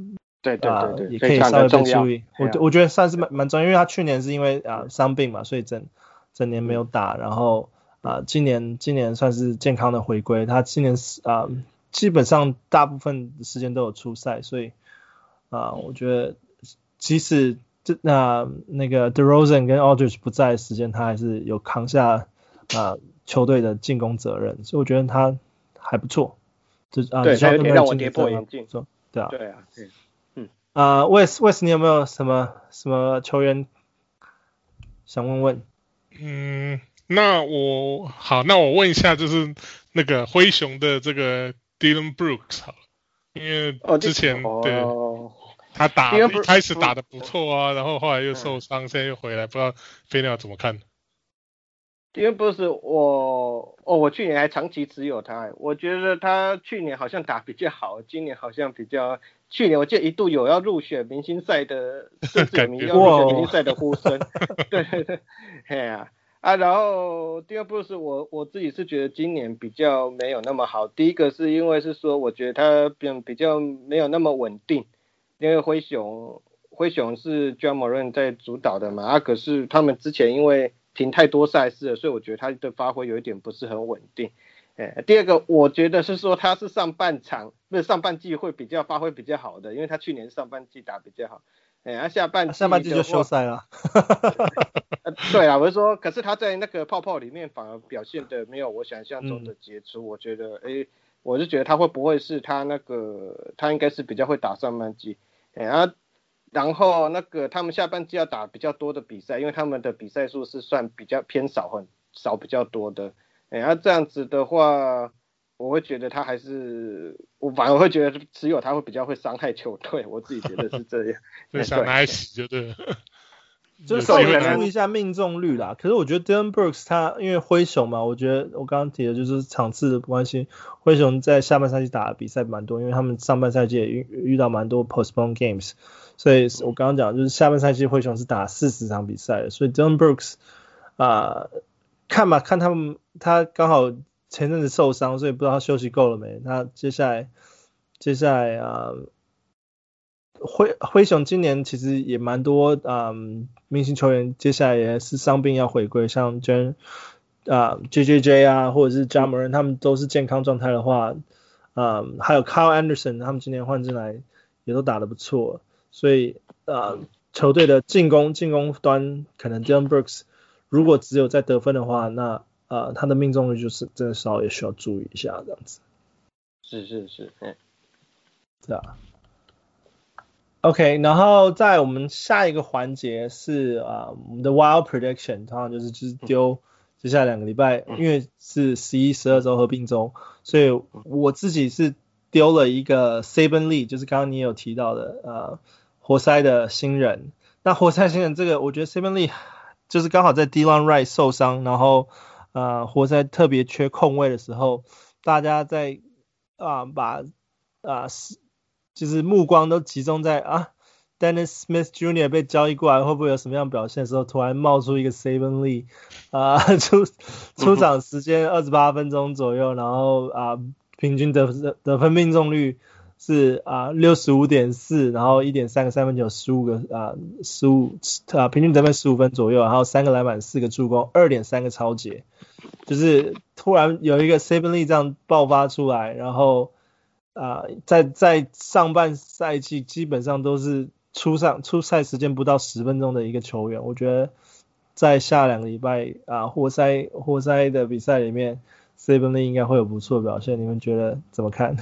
对对对对， 呃、也可以稍微被注意。我、 啊、 我觉得算是蛮蛮重要，因为他去年是因为啊伤、呃、病嘛，所以整整年没有打，然后啊、呃、今年今年算是健康的回归，他今年啊、呃、基本上大部分时间都有出赛，所以啊、呃、我觉得即使这那、呃、那个 DeRozan 跟 Aldridge 不在的时间，他还是有扛下啊、呃、球队的进攻责任，所以我觉得他还不错。就啊， 对， 他有点让我跌破眼镜。 对啊， 对啊，对，嗯。 啊、呃、，Wes Wes 你有没有什么什么球员想问问？ 嗯，那我好，那我问一下，就是那个灰熊的这个 Dylan Brooks 好了，因为之前、 哦、 对他打一开始打得不错啊， 嗯、 然后后来又受伤，嗯、现在又回来，不知道飞鸟怎么看？ 因为不是我哦，我去年还长期持有他，我觉得他去年好像打比较好，今年好像比较，去年我记得一度有要入选明星赛的，甚至有名要入选明星赛的呼声，对对对，嘿啊啊，然后第二步是我我自己是觉得今年比较没有那么好，第一个是因为是说我觉得他比比较没有那么稳定，因为灰熊灰熊是 Ja Morant 在主导的嘛，啊可是他们之前因为停太多赛事了，所以我觉得他的发挥有一点不是很稳定。哎，第二个我觉得是说他是上半场不是上半季会比较发挥比较好的，因为他去年上半季打比较好，哎，他、啊、下半季下半季就休赛了。 对啊，我是说，可是他在那个泡泡里面反而表现的没有我想象中的杰出，嗯、我觉得，哎，我是觉得他会不会是他那个他应该是比较会打上半季，哎啊。然后那个他们下半季要打比较多的比赛，因为他们的比赛数是算比较偏少，很少比较多的。哎，那、啊、这样子的话，我会觉得他还是，我反而会觉得持有他会比较会伤害球队，我自己觉得是这样。 就想拿来洗就对了。 就是稍微注意一下命中率啦。可是我觉得 Dylan Brooks 他因为灰熊嘛，我觉得我刚刚提的就是场次的关系，灰熊在下半赛季打的比赛蛮多，因为他们上半赛季也遇遇到蛮多 postpone games， 所以我刚刚讲就是下半赛季灰熊是打四十场比赛的，所以 Dylan Brooks 啊、呃，看吧，看他们他刚好前阵子受伤，所以不知道他休息够了没。那接下来接下来啊。呃灰灰熊今年其实也蛮多嗯明星球员，接下来也是伤病要回归，像 J 啊 J J J 啊，或者是 Ja Morant，他们都是健康状态的话，嗯，还有 Kyle Anderson， 他们今年换进来也都打得不错，所以呃球队的进攻进攻端可能 Dylan Brooks 如果只有在得分的话，那呃他的命中率就是真的稍微需要注意一下这样子。 是是是，嗯， 对啊。OK， 然后在我们下一个环节是啊、呃、我们的 Wild Prediction， 通常就是就是丢接下来两个礼拜，因为是十一、十二周合并周，所以我自己是丢了一个 Saben Lee， 就是刚刚你也有提到的呃活塞的新人。那活塞新人这个，我觉得 Saben Lee 就是刚好在 Delon Wright 受伤，然后呃活塞特别缺控位的时候，大家在啊、呃、把啊。呃就是目光都集中在啊 Dennis Smith Junior 被交易过来会不会有什么样表现的时候，突然冒出一个 Saben Lee 啊、呃、出出场时间二十八分钟左右，然后啊、呃、平均得得分命中率是啊 六十五点四， 然后 一点三 个三分球十五个啊十五啊平均得分十五分左右，然后三个篮板四个助攻 二点三 个抄截，就是突然有一个 Saben Lee 这样爆发出来，然后啊、呃，在在上半赛季基本上都是出上出赛时间不到十分钟的一个球员，我觉得在下两个礼拜啊活塞活塞的比赛里面 Saben Lee 应该会有不错的表现，你们觉得怎么看？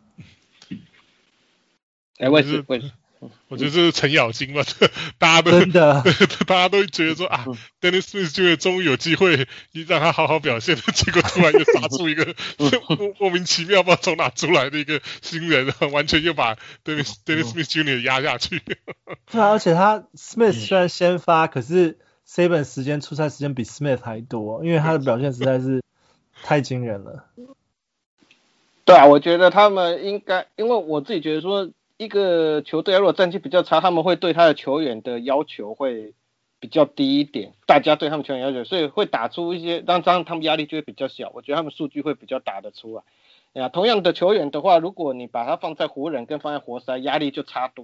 哎，我是我是。 我觉得这是程咬金嘛，大家都真的， 大家都觉得说啊 ，Dennis Smith 就终于有机会让他好好表现了，结果突然又杀出一个莫莫名其妙不知道从哪出来的一个新人，完全又把 Dennis Dennis Smith Junior 压下去。 对啊，而且他 Smith 虽然先发，可是 Saben 时间出赛时间比 Smith 还多，因为他的表现实在是太惊人了。 对啊，我觉得他们应该，因为我自己觉得说。一个球队如果战绩比较差，他们会对他的球员的要求会比较低一点，大家对他们球员要求，所以会打出一些，让这样他们压力就会比较小。我觉得他们数据会比较打得出来。呀，同样的球员的话，如果你把他放在湖人跟放在活塞，压力就差多了。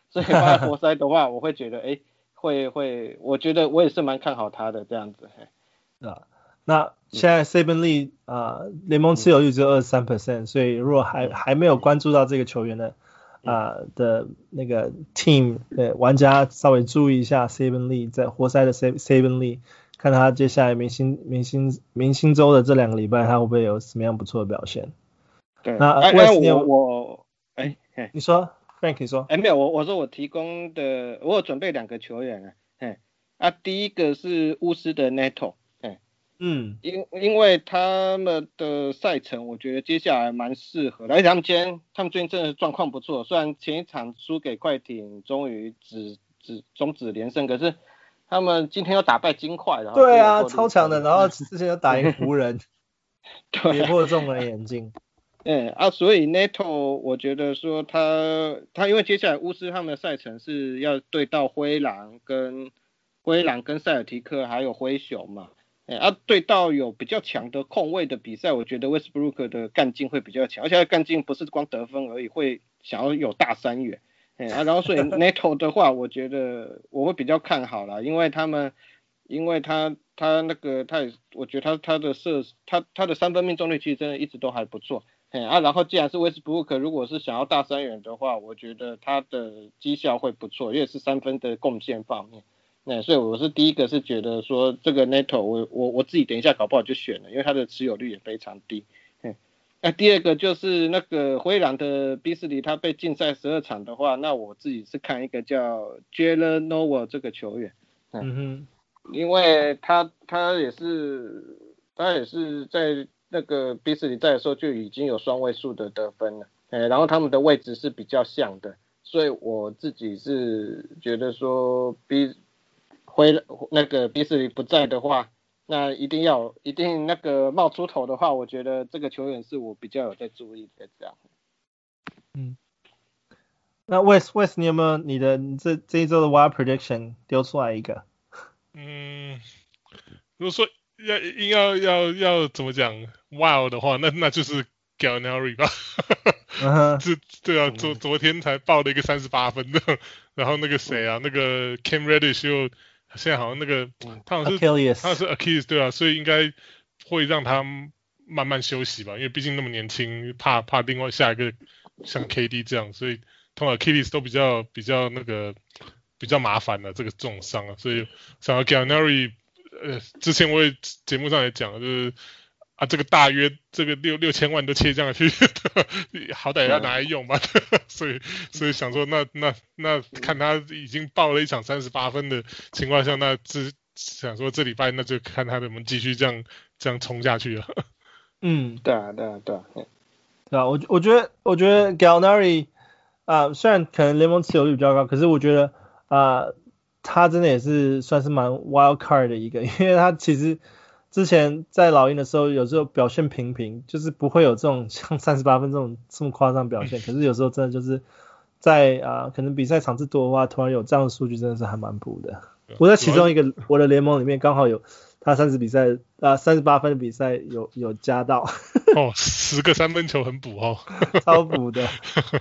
所以放在活塞的话，我会觉得哎，会会，我觉得我也是蛮看好他的这样子。 啊，那现在 Saben Lee 啊、呃，联盟持有率只有 百分之二十三 percent， 所以如果还还没有关注到这个球员的啊、呃、的那个 team 的玩家，稍微注意一下 Saben Lee 在活塞的 Saben Lee， 看他接下来明星明星明星周的这两个礼拜，他会不会有什么样不错的表现？ 对， 那哎、啊、我我哎哎， 你说 Frank 你说， 哎没有，我我说我提供的，我有准备两个球员啊，哎啊，第一个是巫师的 Neto。 嗯， 因因为他们的赛程，我觉得接下来蛮适合的，而且他们今天他们最近真的状况不错，虽然前一场输给快艇，终于止止终止连胜，可是他们今天又打败金块了。 对啊，超强的，然后之前又打赢湖人，跌破众人眼镜。 嗯啊，所以 Neto 我觉得说他他因为接下来巫师他们的赛程是要对到灰狼跟灰狼跟塞尔提克还有灰熊嘛。啊，对到有比较强的控卫的比赛，我觉得 Westbrook 的干劲会比较强，而且他的干劲不是光得分而已，会想要有大三元。哎啊，然后所以 Neto 的话，我觉得我会比较看好啦，因为他们，因为他他那个他也，我觉得他他的射他他的三分命中率其实真的一直都还不错。哎啊，然后既然是 Westbrook， 如果是想要大三元的话，我觉得他的绩效会不错，也是三分的贡献方面。那所以我是第一个是觉得说这个 Neto 我我我自己等一下搞不好就选了，因为他的持有率也非常低。那第二个就是那个灰狼的比斯利，他被禁赛十二场的话，那我自己是看一个叫 Jalen Noel 这个球员。 嗯哼， 因为他他也是他也是在那个比斯利在的时候就已经有双位数的得分了，哎，然后他们的位置是比较像的，所以我自己是觉得说比灰那个比斯利不在的话，那一定要一定那个冒出头的话，我觉得这个球员是我比较有在注意的这样。 嗯，那 Wes Wes 你有没有你的这这一周的 Wild Prediction 丢出来一个？ 嗯，如果说要硬要要要怎么讲 Wild 的话，那那就是 Gallinari 吧。 嗯这对啊，昨昨天才爆了一个三十八分的，然后那个谁啊，那个 Cam Reddish 又现在好像那个他好像是 Achilles 他是 Achilles 对啊，所以应该会让他慢慢休息吧，因为毕竟那么年轻，怕怕另外下一个像 K D 这样，所以通常 Achilles 都比较比较那个比较麻烦的这个这种伤啊，所以想要 Gallinari 呃，之前我也节目上也讲了，就是啊，这个大约这个六六千万都切这样去，好歹要拿来用吧。所以所以想说那，那那那看他已经爆了一场三十八分的情况下，那这想说这礼拜那就看他能不能继续这样这样冲下去了。 嗯，对啊，对啊，对啊， 对啊，我我觉得我觉得 Gallinari 啊、呃，虽然可能联盟持有率比较高，可是我觉得啊、呃，他真的也是算是蛮 wild card 的一个，因为他其实之前在老鹰的时候，有时候表现平平，就是不会有这种像三十八分这种这么夸张表现。可是有时候真的就是在啊、呃，可能比赛场次多的话，突然有这样的数据，真的是还蛮补的。我在其中一个我的联盟里面刚好有他三十比赛啊三十八分的比赛有有加到。 哦，十个三分球很补哦， 超补的。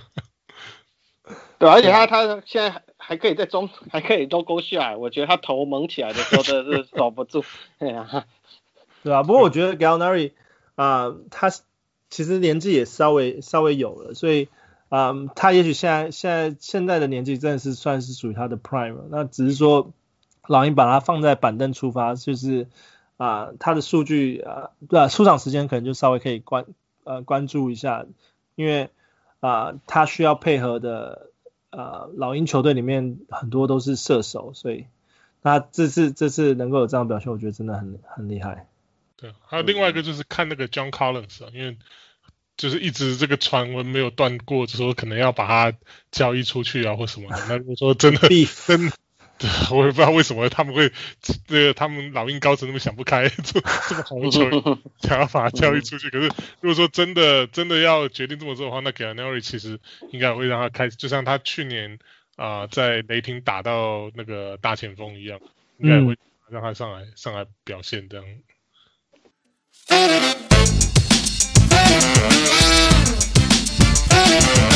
对，而且他他现在还还可以在中还可以都勾下来，我觉得他头蒙起来的时候真的是守不住。对啊。 对啊，不过我觉得 Gallinari 啊、呃，他其实年纪也稍微稍微有了，所以啊、呃，他也许现在现在现在的年纪真的是算是属于他的 prime， 那只是说老鹰把他放在板凳出发，就是啊、呃，他的数据啊，对啊，出场时间可能就稍微可以关呃关注一下，因为啊、呃，他需要配合的呃老鹰球队里面很多都是射手，所以那这次这次能够有这样的表现，我觉得真的很很厉害。 对，还有另外一个就是看那个 John Collins 啊，因为就是一直这个传闻没有断过，就说可能要把他交易出去啊或什么的。那我说真的，真，对，我也不知道为什么他们会这个他们老鹰高层那么想不开，这这么好的球员想要把他交易出去。可是如果说真的真的要决定这么做的话，那 Gallinari 其实应该会让他开始，就像他去年啊、呃、在雷霆打到那个大前锋一样，应该会让他上来、嗯、上来表现这样。Thank you.